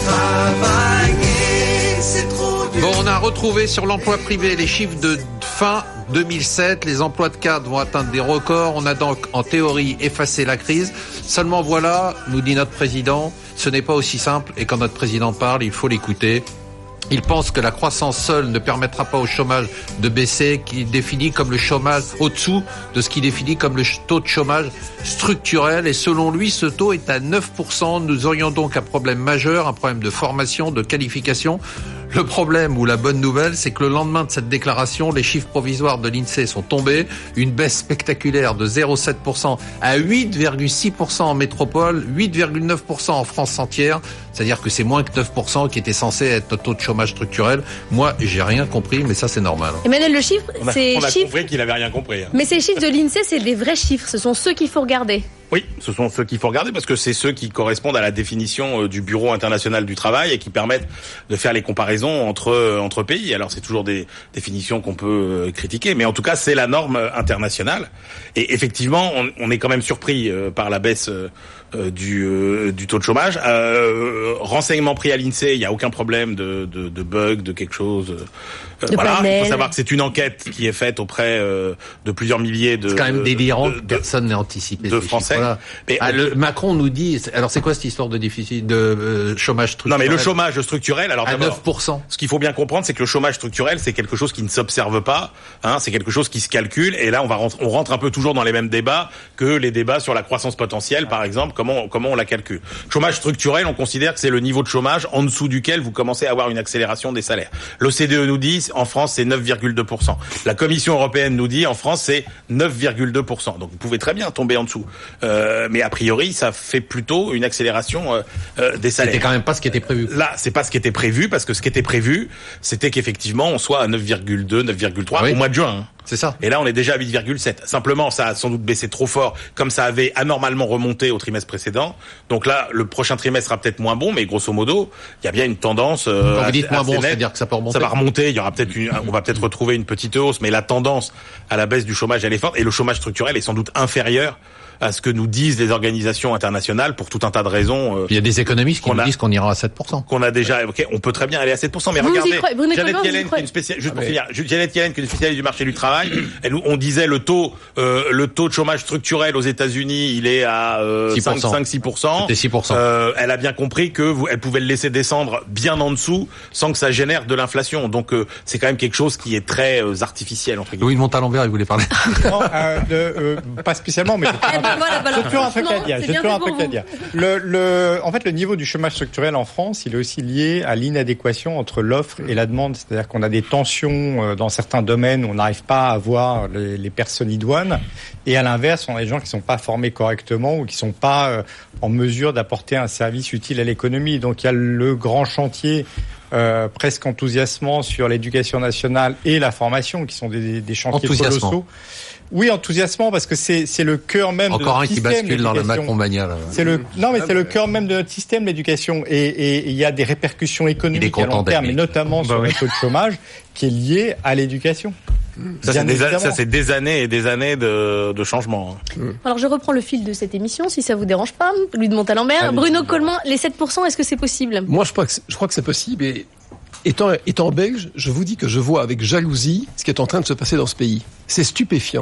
S2: Bon, on a retrouvé sur l'emploi privé les chiffres de fin deux mille sept. Les emplois de cadre vont atteindre des records. On a donc, en théorie, effacé la crise. Seulement voilà, nous dit notre président, ce n'est pas aussi simple. Et quand notre président parle, il faut l'écouter. Il pense que la croissance seule ne permettra pas au chômage de baisser, qu'il définit comme le chômage au-dessous de ce qu'il définit comme le taux de chômage structurel. Et selon lui, ce taux est à neuf pour cent. Nous aurions donc un problème majeur, un problème de formation, de qualification. Le problème ou la bonne nouvelle, c'est que le lendemain de cette déclaration, les chiffres provisoires de l'INSEE sont tombés. Une baisse spectaculaire de zéro virgule sept pour cent à huit virgule six pour cent en métropole, huit virgule neuf pour cent en France entière. C'est-à-dire que c'est moins que neuf pour cent qui était censé être notre taux de chômage structurel. Moi, j'ai rien compris, mais ça, c'est normal.
S3: Emmanuel, le chiffre,
S6: on a,
S3: c'est
S6: on a
S3: chiffres...
S6: compris qu'il avait rien compris. Hein.
S3: Mais ces chiffres de l'INSEE, c'est des vrais chiffres. Ce sont ceux qu'il faut regarder.
S6: Oui, ce sont ceux qu'il faut regarder parce que c'est ceux qui correspondent à la définition du Bureau international du travail et qui permettent de faire les comparaisons entre entre pays. Alors c'est toujours des définitions qu'on peut critiquer, mais en tout cas c'est la norme internationale. Et effectivement, on, on est quand même surpris par la baisse euh, du euh, du taux de chômage. Euh, renseignement pris à l'INSEE, il y a aucun problème de de, de bug, de quelque chose. Euh, voilà, il faut savoir que c'est une enquête qui est faite auprès euh, de plusieurs milliers de.
S2: C'est quand même délirant
S6: de,
S2: que personne n'ait anticipé.
S6: De Français.
S2: Voilà. Mais ah, le, Macron nous dit. Alors c'est quoi cette histoire de déficit, de euh, chômage structurel?
S6: Non, mais le chômage structurel. Alors
S2: à neuf pour cent.
S6: Ce qu'il faut bien comprendre, c'est que le chômage structurel, c'est quelque chose qui ne s'observe pas. Hein, c'est quelque chose qui se calcule. Et là, on va rentrer, on rentre un peu toujours dans les mêmes débats que les débats sur la croissance potentielle, par exemple. Comment comment on la calcule? Chômage structurel, on considère que c'est le niveau de chômage en dessous duquel vous commencez à avoir une accélération des salaires. L'O C D E nous dit en France c'est neuf virgule deux pour cent. La Commission européenne nous dit en France c'est neuf virgule deux pour cent. Donc vous pouvez très bien tomber en dessous. Euh, mais a priori, ça fait plutôt une accélération euh, euh, des salaires.
S2: C'était quand même pas ce qui était prévu.
S6: Là, c'est pas ce qui était prévu parce que ce qui était prévu, c'était qu'effectivement on soit à neuf virgule deux, neuf virgule trois oui. au mois de juin. Hein.
S2: C'est ça.
S6: Et là, on est déjà à huit virgule sept. Simplement, ça a sans doute baissé trop fort, comme ça avait anormalement remonté au trimestre précédent. Donc là, le prochain trimestre sera peut-être moins bon, mais grosso modo, il y a bien une tendance. Euh,
S2: Quand vous dites
S6: assez,
S2: moins bon,
S6: nette.
S2: c'est-à-dire que ça peut remonter.
S6: Ça va remonter. Il y aura peut-être une, on va peut-être retrouver une petite hausse, mais la tendance à la baisse du chômage, elle est forte. Et le chômage structurel est sans doute inférieur à ce que nous disent les organisations internationales pour tout un tas de raisons. Euh,
S2: Il y a des économistes qui nous a, disent qu'on ira à sept pour cent.
S6: Qu'on a déjà évoqué. On peut très bien aller à sept pour cent, mais
S3: vous
S6: regardez,
S3: croyez,
S6: Janet Yellen, qui est une spécialiste, juste
S2: ah
S6: pour
S2: mais...
S6: finir, Janet Yellen, qui est une spécialiste du marché du travail, elle, on disait le taux, euh, le taux de chômage structurel aux États-Unis, il est à euh, cinq six pour cent.
S2: C'était six pour cent.
S6: Euh, elle a bien compris que vous, elle pouvait le laisser descendre bien en dessous sans que ça génère de l'inflation. Donc euh, c'est quand même quelque chose qui est très euh, artificiel entre guillemets.
S2: Louis de Montalembert, il voulait parler.
S4: Non, euh, de, euh, pas spécialement, mais j'ai toujours un truc à dire. J'ai toujours un truc à dire. Le, le, en fait, le niveau du chômage structurel en France, il est aussi lié à l'inadéquation entre l'offre et la demande. C'est-à-dire qu'on a des tensions dans certains domaines où on n'arrive pas à avoir les, les personnes idoines. Et à l'inverse, on a des gens qui ne sont pas formés correctement ou qui ne sont pas en mesure d'apporter un service utile à l'économie. Donc il y a le grand chantier Euh, presque enthousiasmant sur l'éducation nationale et la formation, qui sont des, des chantiers colossaux. Oui, enthousiasmant parce que c'est c'est le cœur même
S2: Encore
S4: de notre
S2: système. Encore un qui bascule dans le Macron-mania. Là.
S4: C'est le non mais c'est le cœur même de notre système, l'éducation, et il y a des répercussions économiques à long terme, et notamment sur bah oui. le taux de chômage qui est lié à l'éducation.
S6: Ça c'est, des, ça, c'est des années et des années de, de changement.
S3: Alors, je reprends le fil de cette émission, si ça vous dérange pas. Louis de Montalembert, ah, Bruno Coleman, les sept pour cent, est-ce que c'est possible?
S5: Moi, je crois que c'est, je crois que c'est possible. Et étant, étant belge, je vous dis que je vois avec jalousie ce qui est en train de se passer dans ce pays. C'est stupéfiant.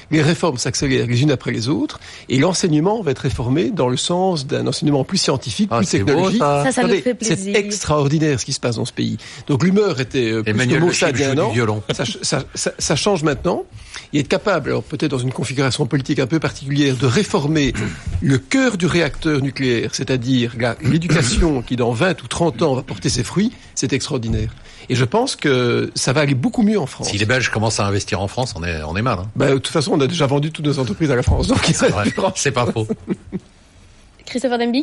S5: les réformes s'accélèrent les unes après les autres, et l'enseignement va être réformé dans le sens d'un enseignement plus scientifique, ah, plus technologique.
S3: Beau, ça, ça, ça
S5: Attendez,
S3: nous fait plaisir.
S5: C'est extraordinaire ce qui se passe dans ce pays. Donc l'humeur était euh, plus
S2: Emmanuel
S5: que maussade il y a un an. Ça, ça, ça, ça change maintenant. Et être capable, alors peut-être dans une configuration politique un peu particulière, de réformer le cœur du réacteur nucléaire, c'est-à-dire la, l'éducation qui dans vingt ou trente ans va porter ses fruits, c'est extraordinaire. Et je pense que ça va aller beaucoup mieux en France.
S2: Si les Belges commencent à investir en France, on est, on est mal. Hein.
S5: Bah, de toute façon, on a déjà vendu toutes nos entreprises à la France. Donc
S2: c'est, vrai, c'est pas faux.
S3: Christopher Dembic?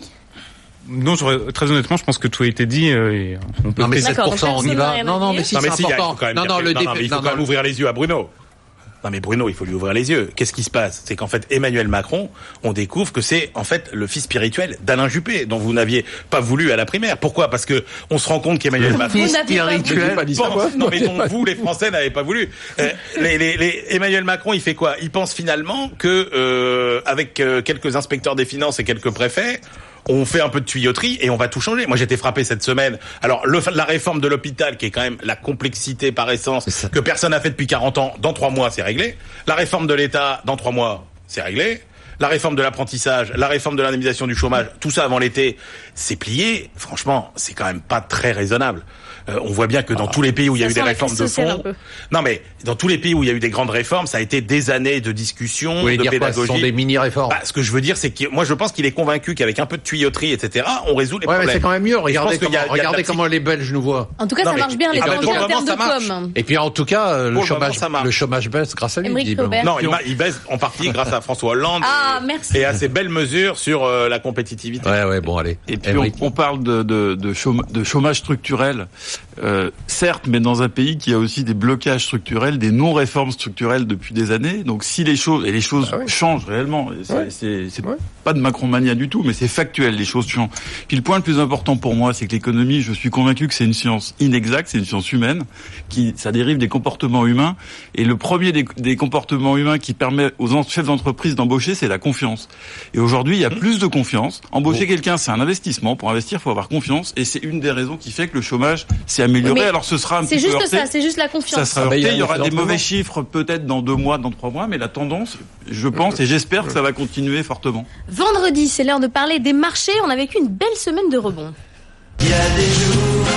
S8: Non, très honnêtement, je pense que tout a été dit. Euh, et on peut
S2: non, mais sept pour cent, on y va. Non, non, mais si,
S6: non, mais
S2: c'est
S6: si,
S2: important.
S6: Il faut quand même,
S2: non, non,
S6: le
S2: non,
S6: non, mais il faut
S2: non,
S6: quand
S2: non,
S6: même ouvrir les yeux à Bruno. Non mais Bruno, il faut lui ouvrir les yeux. Qu'est-ce qui se passe? C'est qu'en fait, Emmanuel Macron, on découvre que c'est en fait le fils spirituel d'Alain Juppé, dont vous n'aviez pas voulu à la primaire. Pourquoi? Parce que on se rend compte qu'Emmanuel
S2: le
S6: Macron...
S2: fils spirituel...
S6: Pense, non mais dont vous, les Français, n'avez pas voulu. Euh, les, les, les, Emmanuel Macron, il fait quoi? Il pense finalement que, euh, avec euh, quelques inspecteurs des finances et quelques préfets, on fait un peu de tuyauterie et on va tout changer. Moi, j'étais frappé cette semaine. Alors, le, la réforme de l'hôpital, qui est quand même la complexité par essence, que personne n'a fait depuis quarante ans, dans trois mois, c'est réglé. La réforme de l'État, dans trois mois, c'est réglé. La réforme de l'apprentissage, la réforme de l'indemnisation du chômage, tout ça avant l'été, c'est plié. Franchement, c'est quand même pas très raisonnable. Euh, on voit bien que dans ah, tous les pays où il y a eu des réformes de fond, non mais dans tous les pays où il y a eu des grandes réformes, ça a été des années de discussion, de
S2: dire
S6: pédagogie.
S2: Quoi, ce sont des mini-réformes.
S6: Bah, ce que je veux dire, c'est que moi je pense qu'il est convaincu qu'avec un peu de tuyauterie, et cetera, on résout les
S2: ouais,
S6: problèmes.
S2: Mais c'est quand même mieux. Regardez comment, y a, regardez y a comment les Belges nous voient.
S3: En tout cas, non, ça marche bien les étrangers en termes de com.
S2: Et puis en tout cas, le chômage, le chômage baisse grâce à lui.
S6: Non, il baisse en partie grâce à François Hollande
S3: ah, merci.
S6: et à ses belles mesures sur la compétitivité.
S2: Ouais, ouais, bon, allez.
S7: Et puis on parle de de chômage structurel. Euh, certes, mais dans un pays qui a aussi des blocages structurels, des non-réformes structurelles depuis des années. Donc si les choses, et les choses ah oui. changent réellement, c'est, ouais. c'est, c'est ouais. pas de Macron-mania du tout, mais c'est factuel, les choses changent. Puis le point le plus important pour moi, c'est que l'économie, je suis convaincu que c'est une science inexacte, c'est une science humaine, qui ça dérive des comportements humains. Et le premier des, des comportements humains qui permet aux chefs d'entreprise d'embaucher, c'est la confiance. Et aujourd'hui, il y a plus de confiance. Embaucher bon. quelqu'un, c'est un investissement. Pour investir, il faut avoir confiance. Et c'est une des raisons qui fait que le chômage s'est amélioré.
S3: Mais
S6: alors ce sera un
S3: c'est
S6: petit
S3: juste
S6: peu heurté.
S3: ça, c'est juste la confiance.
S6: Ça sera heurté, il y aura des mauvais chiffres peut-être dans deux mois, dans trois mois, mais la tendance, je pense et j'espère que ça va continuer fortement.
S3: Vendredi, c'est l'heure de parler des marchés. On a vécu une belle semaine de rebond.
S2: Il y a des jours...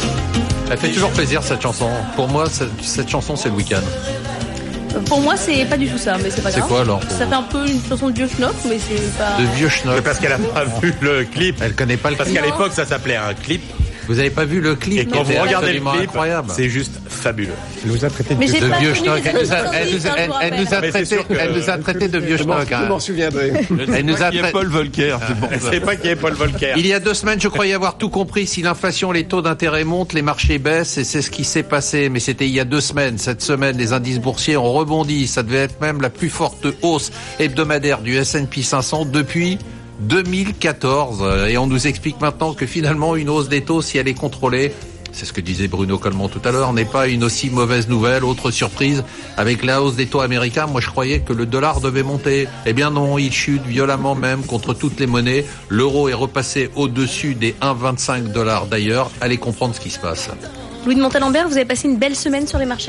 S2: Elle fait toujours plaisir cette chanson. Pour moi, cette, cette chanson, c'est le week-end.
S3: Pour moi, c'est pas du tout ça, mais c'est pas grave.
S2: C'est quoi alors?
S3: Ça fait un peu une chanson de vieux schnock, mais c'est pas...
S2: De vieux schnock.
S6: Parce qu'elle a pas vu le clip.
S2: Elle connaît pas le
S6: clip. Parce qu'à l'époque, ça s'appelait un clip.
S2: Vous avez pas vu le clip?
S6: Et quand vous regardez le clip,
S2: incroyable.
S6: C'est juste fabuleux.
S4: Elle nous a traité de,
S3: mais
S4: de
S3: vieux
S2: schnock. Elle nous a, elle nous a, elle, elle nous a traité, que... elle nous a traité de vieux schnock.
S5: Je m'en souviendrai.
S7: Elle nous a traité Paul Volcker.
S6: Je sais pas qui est Paul Volcker.
S2: Il y a deux semaines, je croyais avoir tout compris. Si l'inflation, les taux d'intérêt montent, les marchés baissent, et c'est ce qui s'est passé. Mais c'était il y a deux semaines. Cette semaine, les indices boursiers ont rebondi. Ça devait être même la plus forte hausse hebdomadaire du S and P cinq cents depuis deux mille quatorze. Et on nous explique maintenant que finalement une hausse des taux, si elle est contrôlée, c'est ce que disait Bruno Colmont tout à l'heure, n'est pas une aussi mauvaise nouvelle. Autre surprise, avec la hausse des taux américains, moi je croyais que le dollar devait monter. Eh bien non, il chute violemment même contre toutes les monnaies. L'euro est repassé au-dessus des un virgule vingt-cinq dollars d'ailleurs. Allez comprendre ce qui se passe.
S3: Louis de Montalembert, vous avez passé une belle semaine sur les marchés ?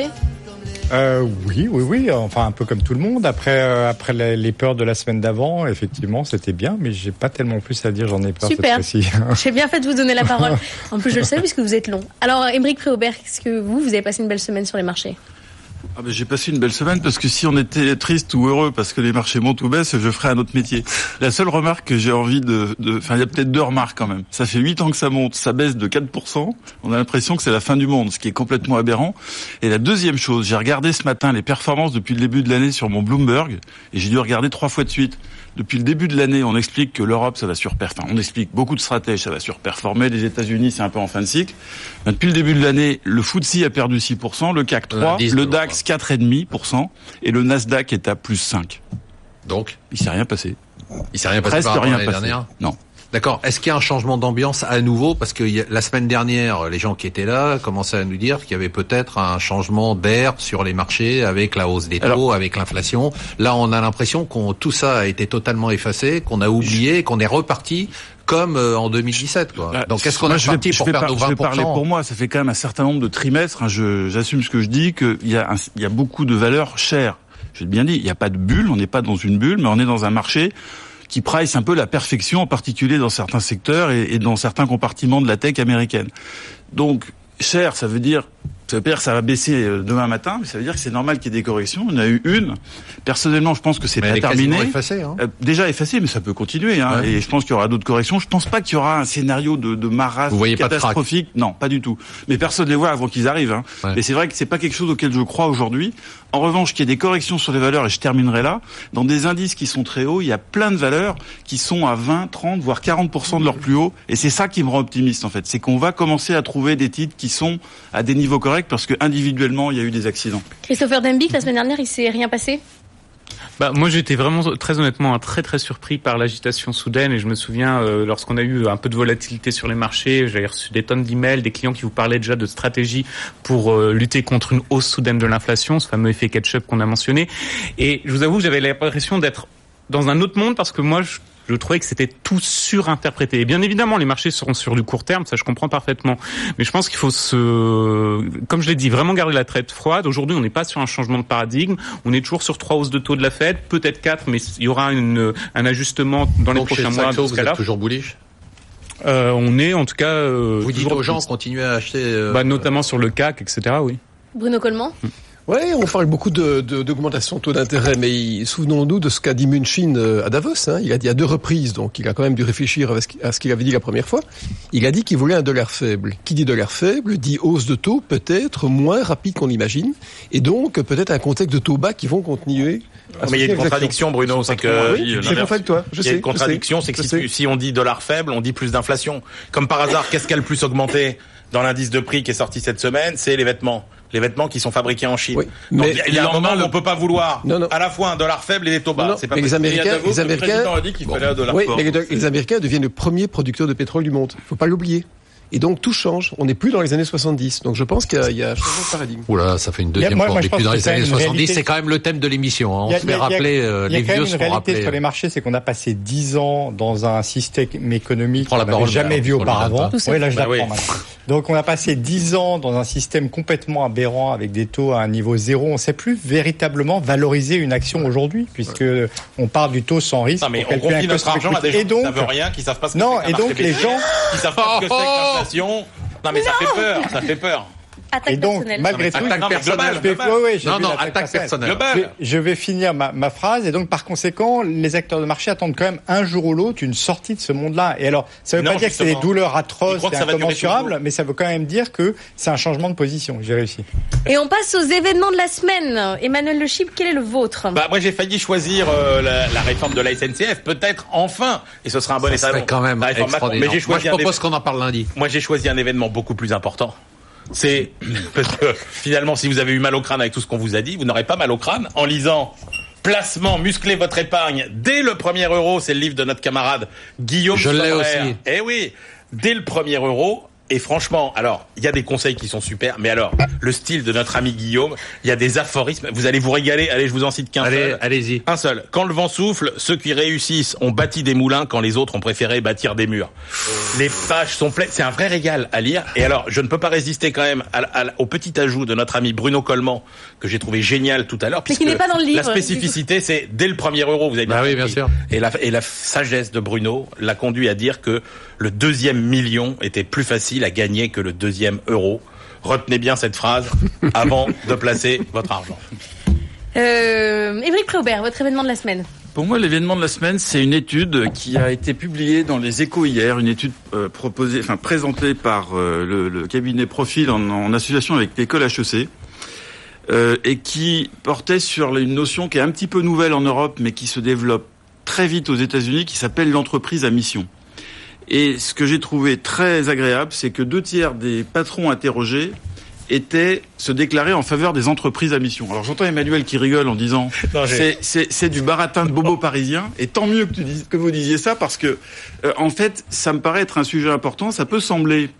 S4: Euh, oui, oui, oui. Enfin, un peu comme tout le monde. Après, euh, après les, les peurs de la semaine d'avant, effectivement, c'était bien, mais j'ai pas tellement plus à dire. J'en ai peur cette fois-ci.
S3: J'ai bien fait de vous donner la parole. En plus, je le sais puisque vous êtes long. Alors, Aymeric Préaubert, est-ce que vous, vous avez passé une belle semaine sur les marchés ?
S7: Ah ben j'ai passé une belle semaine parce que si on était triste ou heureux parce que les marchés montent ou baissent, je ferais un autre métier. La seule remarque que j'ai envie de, de, enfin il y a peut-être deux remarques quand même. Ça fait huit ans que ça monte, ça baisse de quatre pour cent. On a l'impression que c'est la fin du monde, ce qui est complètement aberrant. Et la deuxième chose, j'ai regardé ce matin les performances depuis le début de l'année sur mon Bloomberg et j'ai dû regarder trois fois de suite. Depuis le début de l'année, on explique que l'Europe, ça va surperformer. Enfin, on explique beaucoup de stratèges, ça va surperformer. Les États-Unis, c'est un peu en fin de cycle. Depuis le début de l'année, le F T S E a perdu six pour cent, le C A C trois, le, le DAX quatre virgule cinq pour cent et le Nasdaq est à plus cinq.
S2: Donc,
S7: il s'est rien passé.
S2: Il s'est rien passé
S7: Presque
S2: par
S7: rien
S2: l'année
S7: passé.
S2: Dernière.
S7: Non.
S2: D'accord. Est-ce qu'il y a un changement d'ambiance à nouveau? Parce que la semaine dernière, les gens qui étaient là commençaient à nous dire qu'il y avait peut-être un changement d'air sur les marchés avec la hausse des taux, Alors, avec l'inflation. Là, on a l'impression qu'on tout ça a été totalement effacé, qu'on a oublié, qu'on est reparti comme en deux mille dix-sept, quoi. Donc, est-ce qu'on est reparti pour faire nos vingt pour cent?
S7: Je vais parler pour moi. Ça fait quand même un certain nombre de trimestres. Hein, je, j'assume ce que je dis, qu'il y a, un, il y a beaucoup de valeurs chères. je l'ai bien dit, il n'y a pas de bulle, on n'est pas dans une bulle, mais on est dans un marché qui price un peu la perfection, en particulier dans certains secteurs et, et dans certains compartiments de la tech américaine. Donc, cher, ça veut dire, ça veut pas dire que ça va baisser demain matin, mais ça veut dire que c'est normal qu'il y ait des corrections. On a eu une. Personnellement, je pense que c'est
S2: mais
S7: pas terminé.
S2: Effacé, hein.
S7: Euh, déjà effacé, mais ça peut continuer. Hein, ouais. Et je pense qu'il y aura d'autres corrections. Je pense pas qu'il y aura un scénario de, de marasme catastrophique. Non, pas du tout. Mais personne ne les voit avant qu'ils arrivent. Hein. Ouais. Mais c'est vrai que c'est pas quelque chose auquel je crois aujourd'hui. En revanche, qu'il y ait des corrections sur les valeurs, et je terminerai là, dans des indices qui sont très hauts, il y a plein de valeurs qui sont à vingt, trente, voire quarante pour cent de leur plus haut. Et c'est ça qui me rend optimiste, en fait. C'est qu'on va commencer à trouver des titres qui sont à des niveaux corrects parce que individuellement, il y a eu des accidents.
S3: Christopher Dembick, la semaine dernière, il s'est rien passé?
S8: Bah, moi, j'étais vraiment, très honnêtement, très très surpris par l'agitation soudaine. Et je me souviens, euh, lorsqu'on a eu un peu de volatilité sur les marchés, j'avais reçu des tonnes d'emails, des clients qui vous parlaient déjà de stratégie pour euh, lutter contre une hausse soudaine de l'inflation, ce fameux effet catch-up qu'on a mentionné. Et je vous avoue que j'avais l'impression d'être dans un autre monde parce que moi, je Je trouvais que c'était tout surinterprété. Et bien évidemment, les marchés seront sur du court terme, ça je comprends parfaitement. Mais je pense qu'il faut se, comme je l'ai dit, vraiment garder la tête froide. Aujourd'hui, on n'est pas sur un changement de paradigme. On est toujours sur trois hausses de taux de la Fed, peut-être quatre, mais il y aura une, un ajustement dans
S2: Donc
S8: les prochains mois.
S2: Saxo, vous êtes toujours bullish?
S8: Euh, on est en tout cas. Euh,
S2: vous dites aux gens continuez à acheter. Euh,
S8: bah, notamment sur le C A C, et cetera. Oui.
S3: Bruno Coleman.
S8: Hum.
S5: Oui, on parle beaucoup de, de, d'augmentation de taux d'intérêt, mais souvenons-nous de ce qu'a dit Mnuchin à Davos. Hein. Il a dit à deux reprises, donc il a quand même dû réfléchir à ce qu'il avait dit la première fois. Il a dit qu'il voulait un dollar faible. Qui dit dollar faible dit hausse de taux peut-être moins rapide qu'on l'imagine, et donc peut-être un contexte de taux bas qui vont continuer.
S6: Mais il y a une contradiction, Bruno, c'est que
S5: oui, je suis avec toi. Je
S6: il y a
S5: sais,
S6: une contradiction, c'est que si, si on dit dollar faible, on dit plus d'inflation. Comme par hasard, qu'est-ce qui a le plus augmenté dans l'indice de prix qui est sorti cette semaine? C'est les vêtements. Les vêtements qui sont fabriqués en Chine. Oui,
S5: mais
S6: donc, il y a un moment où on peut pas vouloir non, non. à la fois un dollar faible et des taux bas. Non, non.
S5: C'est pas les Américains, les Américains,
S6: le président a dit qu'il bon. fallait un dollar
S5: oui,
S6: fort.
S5: mais les, les Américains deviennent le premier producteur de pétrole du monde. Il faut pas l'oublier. Et donc tout change. On n'est plus dans les années soixante-dix. Donc je pense qu'il y a, il y a un changement de paradigme.
S2: Oula, ça fait une deuxième fois. On n'est plus dans les années soixante-dix. Réalité... C'est quand même le thème de l'émission. Hein. On se fait rappeler. Euh, les vieux se font rappeler. Il y a quand même une réalité
S4: sur les marchés, c'est qu'on a passé dix ans dans un système économique qu'on n'avait jamais vu auparavant. Oui, là je
S6: bah
S4: l'apprends.
S6: Oui.
S4: Donc on a passé dix ans dans un système complètement aberrant avec des taux à un niveau zéro. On ne sait plus véritablement valoriser une action aujourd'hui, puisque on part du taux sans risque.
S6: Non, mais on confie notre argent à des gens qui savent rien, qui savent pas ce que
S4: non,
S6: c'est
S4: et donc les gens
S6: qui savent pas ce que c'est que l'inflation. Non mais non. ça fait peur, ça fait peur.
S3: Attaque
S4: et donc,
S3: personnelle.
S4: malgré tout,
S2: attaque personnelle.
S4: Oui, oui,
S2: non, non, attaque personnelle.
S4: Je, je vais finir ma, ma phrase. Et donc, par conséquent, les acteurs de marché attendent quand même un jour ou l'autre une sortie de ce monde-là. Et alors, ça ne veut non, pas dire justement. que c'est des douleurs atroces et incommensurables, mais ça veut quand même dire que c'est un changement de position. J'ai réussi.
S3: Et on passe aux événements de la semaine. Emmanuel Le Chip, quel est le vôtre?
S6: Bah, moi, j'ai failli choisir euh, la, la réforme de la S N C F, peut-être enfin, et ce sera un bon
S2: ça
S6: étalon.
S2: quand même extraordinaire.
S6: Mais j'ai choisi
S2: moi, je propose qu'on en parle lundi.
S6: Moi, j'ai choisi un événement beaucoup plus important. C'est parce que finalement, si vous avez eu mal au crâne avec tout ce qu'on vous a dit, vous n'aurez pas mal au crâne en lisant Placement, muscler votre épargne dès le premier euro. C'est le livre de notre camarade Guillaume.
S2: Je l'ai aussi.
S6: Eh oui, dès le premier euro. Et franchement, alors, il y a des conseils qui sont super, mais alors, le style de notre ami Guillaume, il y a des aphorismes, vous allez vous régaler, allez, je vous en cite qu'un
S2: allez,
S6: seul.
S2: Allez-y.
S6: Un seul. Quand le vent souffle, ceux qui réussissent ont bâti des moulins quand les autres ont préféré bâtir des murs. Les pages sont pleines, c'est un vrai régal à lire. Et alors, je ne peux pas résister quand même à, à, au petit ajout de notre ami Bruno Coleman, que j'ai trouvé génial tout à l'heure, puisque
S3: qui n'est pas dans le livre,
S6: la spécificité, c'est dès le premier euro, vous avez bien
S2: bah
S6: compris.
S2: Oui, bien sûr.
S6: Et la, et la sagesse de Bruno l'a conduit à dire que le deuxième million était plus facile à gagner que le deuxième euro. Retenez bien cette phrase avant de placer votre argent.
S3: Euh, Éric Préaubert, votre événement de la semaine.
S7: Pour moi, l'événement de la semaine, c'est une étude qui a été publiée dans les Échos hier, une étude euh, proposée, enfin présentée par euh, le, le cabinet Profil en, en association avec l'école H E C, euh, et qui portait sur une notion qui est un petit peu nouvelle en Europe, mais qui se développe très vite aux États-Unis, qui s'appelle l'entreprise à mission. Et ce que j'ai trouvé très agréable, c'est que deux tiers des patrons interrogés étaient se déclarer en faveur des entreprises à mission. Alors j'entends Emmanuel qui rigole en disant non, c'est, c'est, c'est du baratin de bobo parisien, et tant mieux que, tu dis, que vous disiez ça, parce que euh, en fait, ça me paraît être un sujet important. Ça peut sembler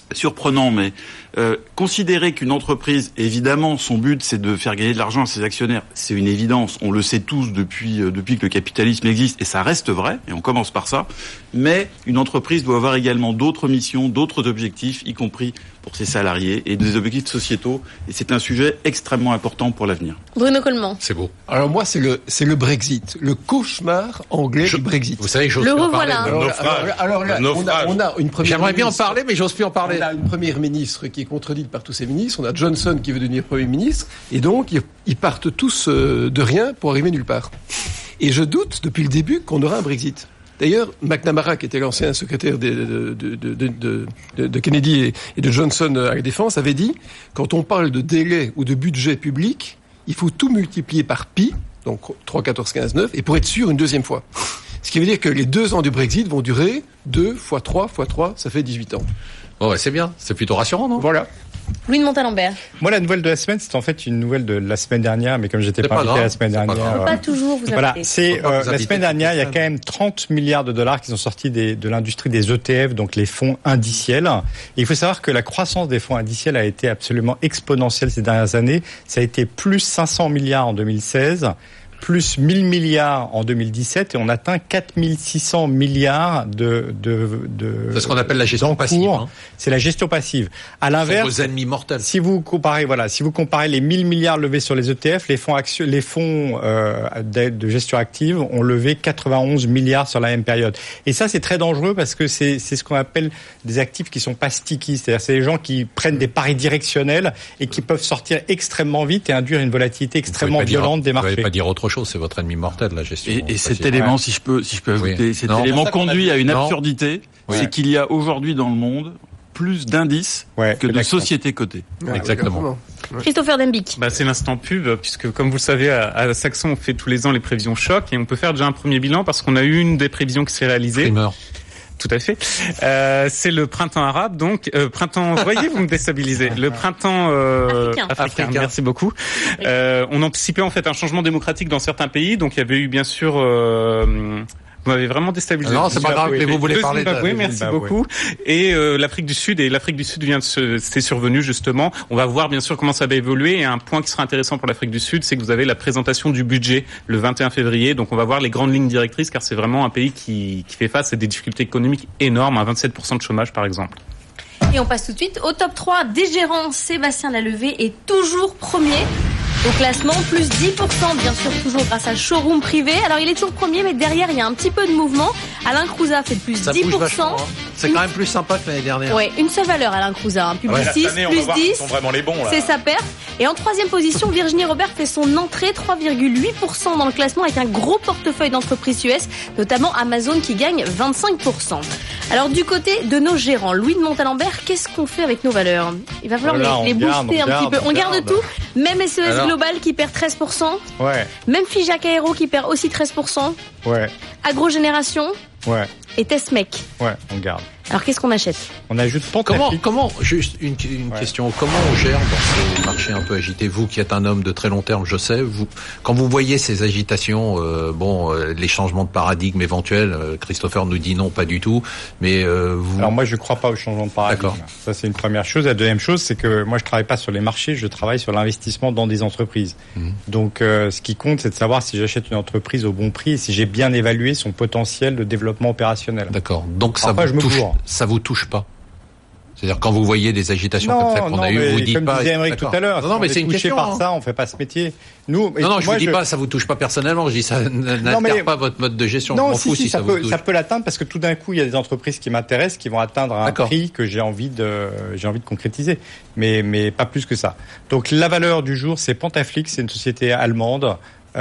S7: surprenant, mais euh, considérer qu'une entreprise, évidemment, son but c'est de faire gagner de l'argent à ses actionnaires, c'est une évidence. On le sait tous depuis euh, depuis que le capitalisme existe, et ça reste vrai. Et on commence par ça. Mais une entreprise doit avoir également d'autres missions, d'autres objectifs, y compris pour ses salariés et des objectifs sociétaux. Et c'est un sujet extrêmement important pour l'avenir.
S3: Bruno Coleman.
S2: C'est beau.
S5: Alors moi, c'est le c'est le Brexit, le cauchemar anglais
S2: Je,
S5: du Brexit.
S2: Vous savez, j'ose
S3: le
S2: plus en
S3: revoilà.
S2: parler.
S5: Alors, alors, alors là, on a, on a une première.
S2: J'aimerais bien en
S5: ministre,
S2: parler, mais j'ose plus en parler.
S5: On a une première ministre qui est contredite par tous ses ministres. On a Johnson qui veut devenir Premier ministre, et donc ils, ils partent tous euh, de rien pour arriver nulle part. Et je doute depuis le début qu'on aura un Brexit. D'ailleurs, McNamara, qui était l'ancien secrétaire de, de, de, de, de, de, de Kennedy et, et de Johnson à la Défense, avait dit, quand on parle de délai ou de budget public, il faut tout multiplier par pi, donc trois, quatorze, quinze, neuf, et pour être sûr une deuxième fois. Ce qui veut dire que les deux ans du Brexit vont durer deux fois trois fois trois, ça fait dix-huit ans.
S2: Oh, ouais, c'est bien, c'est plutôt rassurant, non?
S5: Voilà.
S3: Louis de Montalembert.
S4: Moi, la nouvelle de la semaine, c'est en fait une nouvelle de la semaine dernière, mais comme j'étais pas, pas invité grave, la semaine dernière.
S3: On ne peut pas toujours vous inviter.
S4: Voilà, c'est euh, la semaine dernière, il y a quand même trente milliards de dollars qui sont sortis des, de l'industrie des E T F, donc les fonds indiciels. Et il faut savoir que la croissance des fonds indiciels a été absolument exponentielle ces dernières années. Ça a été plus cinq cents milliards en deux mille seize. Plus mille milliards en deux mille dix-sept, et on atteint quatre mille six cents milliards de de de.
S2: C'est ce qu'on appelle la gestion passive. Hein.
S4: C'est la gestion passive. À l'inverse,
S2: vos ennemis mortels.
S4: Si vous comparez, voilà, si vous comparez les mille milliards levés sur les E T F, les fonds actions, les fonds euh, de, de gestion active ont levé quatre-vingt-onze milliards sur la même période. Et ça, c'est très dangereux parce que c'est c'est ce qu'on appelle des actifs qui sont pas sticky, c'est-à-dire c'est les gens qui prennent des paris directionnels et qui peuvent sortir extrêmement vite et induire une volatilité extrêmement violente
S2: dire,
S4: des marchés.
S2: Vous ne pouvez pas dire autre chose, c'est votre ennemi mortel, la gestion.
S7: Et, et cet élément, ouais. si je peux, si je peux ajouter, oui. cet non, élément conduit à une non. absurdité, oui. c'est qu'il y a aujourd'hui dans le monde plus d'indices ouais, que de sociétés cotées.
S2: Ouais, exactement.
S3: Ouais. Christopher Dembick.
S8: Bah, c'est l'instant pub, puisque comme vous le savez, à, à Saxon, on fait tous les ans les prévisions choc, et on peut faire déjà un premier bilan parce qu'on a eu une des prévisions qui s'est réalisée.
S2: Primeur.
S8: Tout à fait. Euh, c'est le printemps arabe, donc euh, printemps. Vous voyez, vous me déstabilisez. Le printemps euh, africain. africain. Africain. Merci beaucoup. Euh, on anticipait en fait un changement démocratique dans certains pays, donc il y avait eu bien sûr. Euh, Vous m'avez vraiment déstabilisé.
S2: Non, c'est pas grave, mais vous voulez
S8: le
S2: parler
S8: Zimbabwe,
S2: de
S8: merci Zimbabwe. beaucoup. Et euh, l'Afrique du Sud, et l'Afrique du Sud vient de se, c'est survenu justement. On va voir bien sûr comment ça va évoluer. Et un point qui sera intéressant pour l'Afrique du Sud, c'est que vous avez la présentation du budget le vingt et un février. Donc on va voir les grandes lignes directrices, car c'est vraiment un pays qui, qui fait face à des difficultés économiques énormes, à vingt-sept pour cent de chômage par exemple.
S3: Et on passe tout de suite au top trois des gérants. Sébastien Lalevé est toujours premier au classement, plus dix pour cent, bien sûr, toujours grâce à Showroom Privé. Alors, il est toujours premier, mais derrière, il y a un petit peu de mouvement. Alain Crouza fait plus
S2: ça
S3: dix pour cent.
S2: Vachement, hein. C'est quand même plus sympa que l'année dernière.
S3: Ouais, une seule valeur, Alain Crouza. Hein. Publicis, ouais, plus dix.
S6: Sont vraiment les bons, là.
S3: C'est sa perte. Et en troisième position, Virginie Robert fait son entrée, trois virgule huit pour cent dans le classement, avec un gros portefeuille d'entreprises U S, notamment Amazon qui gagne vingt-cinq pour cent. Alors, du côté de nos gérants, Louis de Montalembert, qu'est-ce qu'on fait avec nos valeurs? Il va falloir voilà, les, les
S4: garde,
S3: booster un
S4: garde,
S3: petit peu. On, on garde, garde tout. Même S E S
S4: Alors.
S3: Global qui perd treize pour cent.
S4: Ouais.
S3: Même Figeac Aéro qui perd aussi treize pour cent.
S4: Ouais.
S3: Agrogénération.
S4: Ouais.
S3: Et Testmec.
S4: Ouais, on garde.
S3: Alors qu'est-ce qu'on achète?
S4: On ajoute
S2: Comment, comment, juste une, une ouais. question, comment on gère dans ces marchés un peu agités? Vous qui êtes un homme de très long terme, je sais, vous, quand vous voyez ces agitations, euh, bon, euh, les changements de paradigme éventuels, euh, Christopher nous dit non, pas du tout, mais euh, vous...
S4: Alors moi je ne crois pas au changement de paradigme. D'accord. Ça c'est une première chose. La deuxième chose, c'est que moi je travaille pas sur les marchés, je travaille sur l'investissement dans des entreprises. Mmh. Donc euh, ce qui compte, c'est de savoir si j'achète une entreprise au bon prix et si j'ai bien évalué son potentiel de développement opérationnel.
S2: D'accord. Donc ça,
S4: Après,
S2: vous, touche,
S4: bourre.
S2: ça vous touche pas? C'est-à-dire quand vous voyez des agitations
S4: non,
S2: comme celles qu'on
S4: non,
S2: a eues, vous dites
S4: comme
S2: pas.
S4: Comme disait Émeric tout à l'heure,
S2: non, non, mais c'est une question.
S4: Par
S2: hein.
S4: ça, on fait pas ce métier. Nous,
S2: non, non, je
S4: moi,
S2: vous dis
S4: je...
S2: pas, ça vous touche pas personnellement. Je dis ça n'altère mais... pas votre mode de gestion.
S4: Non,
S2: je m'en
S4: si,
S2: fous
S4: si,
S2: si
S4: ça,
S2: ça
S4: peut,
S2: vous touche.
S4: ça peut l'atteindre parce que tout d'un coup, il y a des entreprises qui m'intéressent, qui vont atteindre un
S2: D'accord.
S4: prix que j'ai envie de, j'ai envie de concrétiser. Mais, mais pas plus que ça. Donc, la valeur du jour, c'est Pantaflix, c'est une société allemande,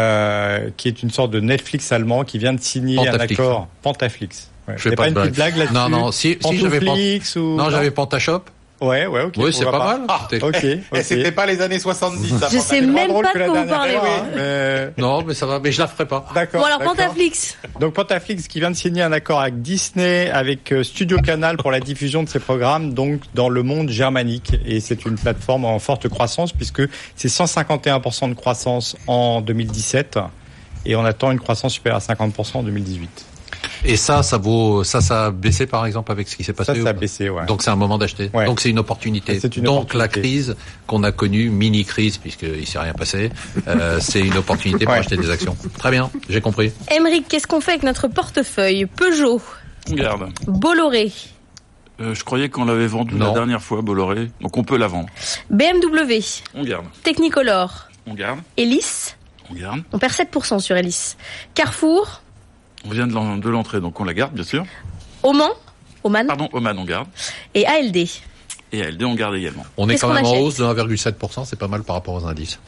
S4: euh, qui est une sorte de Netflix allemand qui vient de signer
S2: Pantaflix.
S4: un accord. Pantaflix. Ouais.
S2: Je fais
S4: pas,
S2: pas
S4: une
S2: blague.
S4: petite blague là-dessus.
S2: Non, non, si, si j'avais pas.
S4: Ou...
S2: Non, j'avais Pantashop.
S4: Ouais, ouais, ok.
S2: Oui, c'est pas, pas mal.
S6: Ah,
S4: ok. okay.
S6: Et c'était pas les années soixante-dix. Ça
S3: je sais même pas de quoi vous parlez.
S4: Hein, mais...
S2: Non, mais ça va, mais je la ferai pas.
S4: D'accord.
S3: Bon, alors
S4: d'accord.
S3: Pantaflix.
S4: Donc Pantaflix qui vient de signer un accord avec Disney, avec Studio Canal pour la diffusion de ses programmes, donc dans le monde germanique. Et c'est une plateforme en forte croissance puisque c'est cent cinquante et un pour cent de croissance en deux mille dix-sept et on attend une croissance supérieure à cinquante pour cent en deux mille dix-huit.
S2: Et ça, ça vaut, ça, ça a baissé par exemple avec ce qui s'est passé.
S4: Ça, ça a baissé, ouais.
S2: Donc c'est un moment d'acheter. Ouais. Donc c'est une opportunité.
S4: C'est une
S2: Donc
S4: opportunité.
S2: la crise qu'on a connue, mini crise puisqu'il s'est rien passé, euh, c'est une opportunité pour ouais. acheter des actions. Très bien, j'ai compris.
S3: Aymeric, qu'est-ce qu'on fait avec notre portefeuille? Peugeot.
S7: On garde.
S3: Bolloré.
S7: Euh, je croyais qu'on l'avait vendu non. la dernière fois, Bolloré. Donc on peut la vendre.
S3: B M W.
S7: On garde.
S3: Technicolor.
S7: On garde.
S3: Elis.
S7: On garde.
S3: On perd sept pour cent sur Elis. Carrefour.
S7: On vient de l'entrée, donc on la garde, bien sûr.
S3: Oman. Oman.
S7: Pardon, Oman, on garde.
S3: Et A L D.
S7: Et A L D, on garde également.
S2: On est quand même en hausse de un virgule sept pour cent, c'est pas mal par rapport aux indices.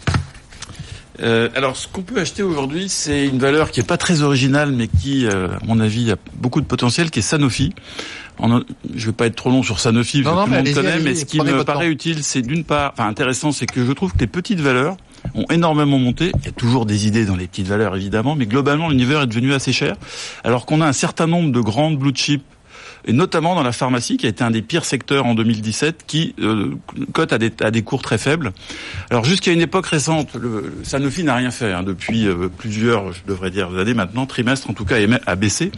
S7: Euh, alors, ce qu'on peut acheter aujourd'hui, c'est une valeur qui est pas très originale, mais qui, euh, à mon avis, a beaucoup de potentiel, qui est Sanofi. En, je vais pas être trop long sur Sanofi, parce que tout le monde connaît, mais ce qui me paraît temps. utile, c'est d'une part, enfin intéressant, c'est que je trouve que les petites valeurs ont énormément monté. Il y a toujours des idées dans les petites valeurs, évidemment, mais globalement, l'univers est devenu assez cher, alors qu'on a un certain nombre de grandes blue chips, et notamment dans la pharmacie, qui a été un des pires secteurs en deux mille dix-sept, qui euh, cote à des, à des cours très faibles. Alors jusqu'à une époque récente, le, Sanofi n'a rien fait, hein, depuis euh, plusieurs, je devrais dire, années maintenant, trimestres en tout cas, a baissé.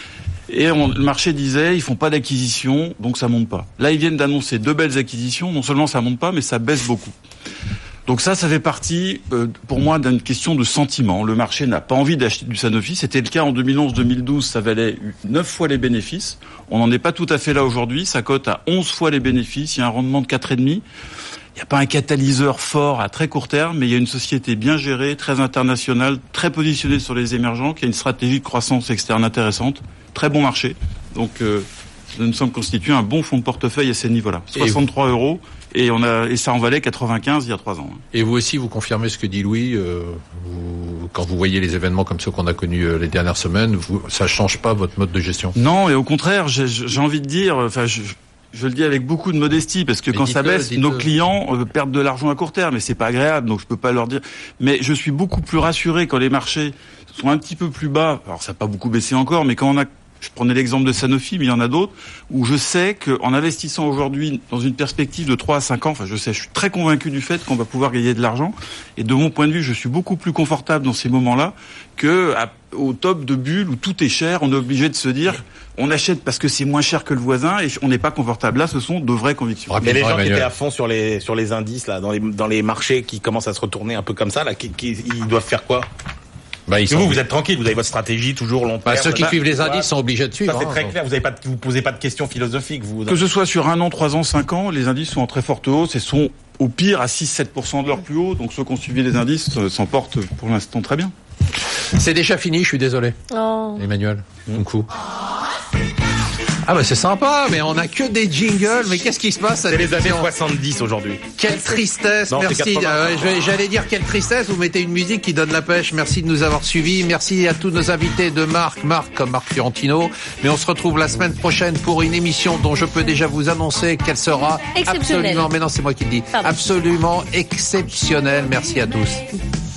S7: Et on, le marché disait, ils font pas d'acquisition, donc ça monte pas. Là, ils viennent d'annoncer deux belles acquisitions, non seulement ça monte pas, mais ça baisse beaucoup. Donc ça, ça fait partie, euh, pour moi, d'une question de sentiment. Le marché n'a pas envie d'acheter du Sanofi. C'était le cas en deux mille onze deux mille douze, ça valait neuf fois les bénéfices. On n'en est pas tout à fait là aujourd'hui. Ça cote à onze fois les bénéfices. Il y a un rendement de quatre virgule cinq. Il n'y a pas un catalyseur fort à très court terme, mais il y a une société bien gérée, très internationale, très positionnée sur les émergents, qui a une stratégie de croissance externe intéressante, très bon marché. Donc, euh, ça nous semble constituer un bon fonds de portefeuille à ces niveaux-là. soixante-trois euros. Et on a et ça en valait quatre-vingt-quinze il y a trois ans.
S2: Et vous aussi, vous confirmez ce que dit Louis, euh, vous, quand vous voyez les événements comme ceux qu'on a connus euh, les dernières semaines, vous, ça change pas votre mode de gestion?
S7: Non, et au contraire, j'ai, j'ai envie de dire, enfin, je, je le dis avec beaucoup de modestie, parce que mais quand ça baisse, nos clients euh, perdent de l'argent à court terme, et c'est pas agréable, donc je peux pas leur dire. Mais je suis beaucoup plus rassuré quand les marchés sont un petit peu plus bas. Alors ça n'a pas beaucoup baissé encore, mais quand on a Je prenais l'exemple de Sanofi, mais il y en a d'autres, où je sais qu'en investissant aujourd'hui dans une perspective de trois à cinq ans, enfin je sais, je suis très convaincu du fait qu'on va pouvoir gagner de l'argent, et de mon point de vue, je suis beaucoup plus confortable dans ces moments-là que à, au top de bulle où tout est cher, on est obligé de se dire, on achète parce que c'est moins cher que le voisin, et on n'est pas confortable. Là, ce sont de vraies convictions.
S6: Mais les gens qui étaient à fond sur les, sur les indices, là, dans les, dans les marchés qui commencent à se retourner un peu comme ça, là, qui, qui, ils doivent faire quoi? Bah, ils sont... Vous, vous êtes tranquille, vous avez votre stratégie toujours long terme.
S2: Bah, ceux qui suivent les indices sont obligés de suivre.
S6: Ça, c'est très hein, clair. Vous avez pas, vous posez pas de questions philosophiques, vous.
S7: Que ce soit sur un an, trois ans, cinq ans, les indices sont en très forte hausse et sont au pire à six à sept pour cent de leur plus haut. Donc ceux qui ont suivi les indices s'en portent pour l'instant très bien.
S2: C'est déjà fini, je suis désolé.
S3: Oh.
S2: Emmanuel, un coup. Ah bah c'est sympa, mais on a que des jingles. Mais qu'est-ce qui se passe?
S6: C'est les années soixante-dix aujourd'hui.
S2: Quelle tristesse, non, merci. Euh, j'allais dire quelle tristesse, vous mettez une musique qui donne la pêche. Merci de nous avoir suivis. Merci à tous nos invités de marque, Marc comme Marc Fiorentino. Mais on se retrouve la semaine prochaine pour une émission dont je peux déjà vous annoncer qu'elle sera absolument, mais non c'est moi qui le dis, Pardon. absolument exceptionnelle. Merci à tous.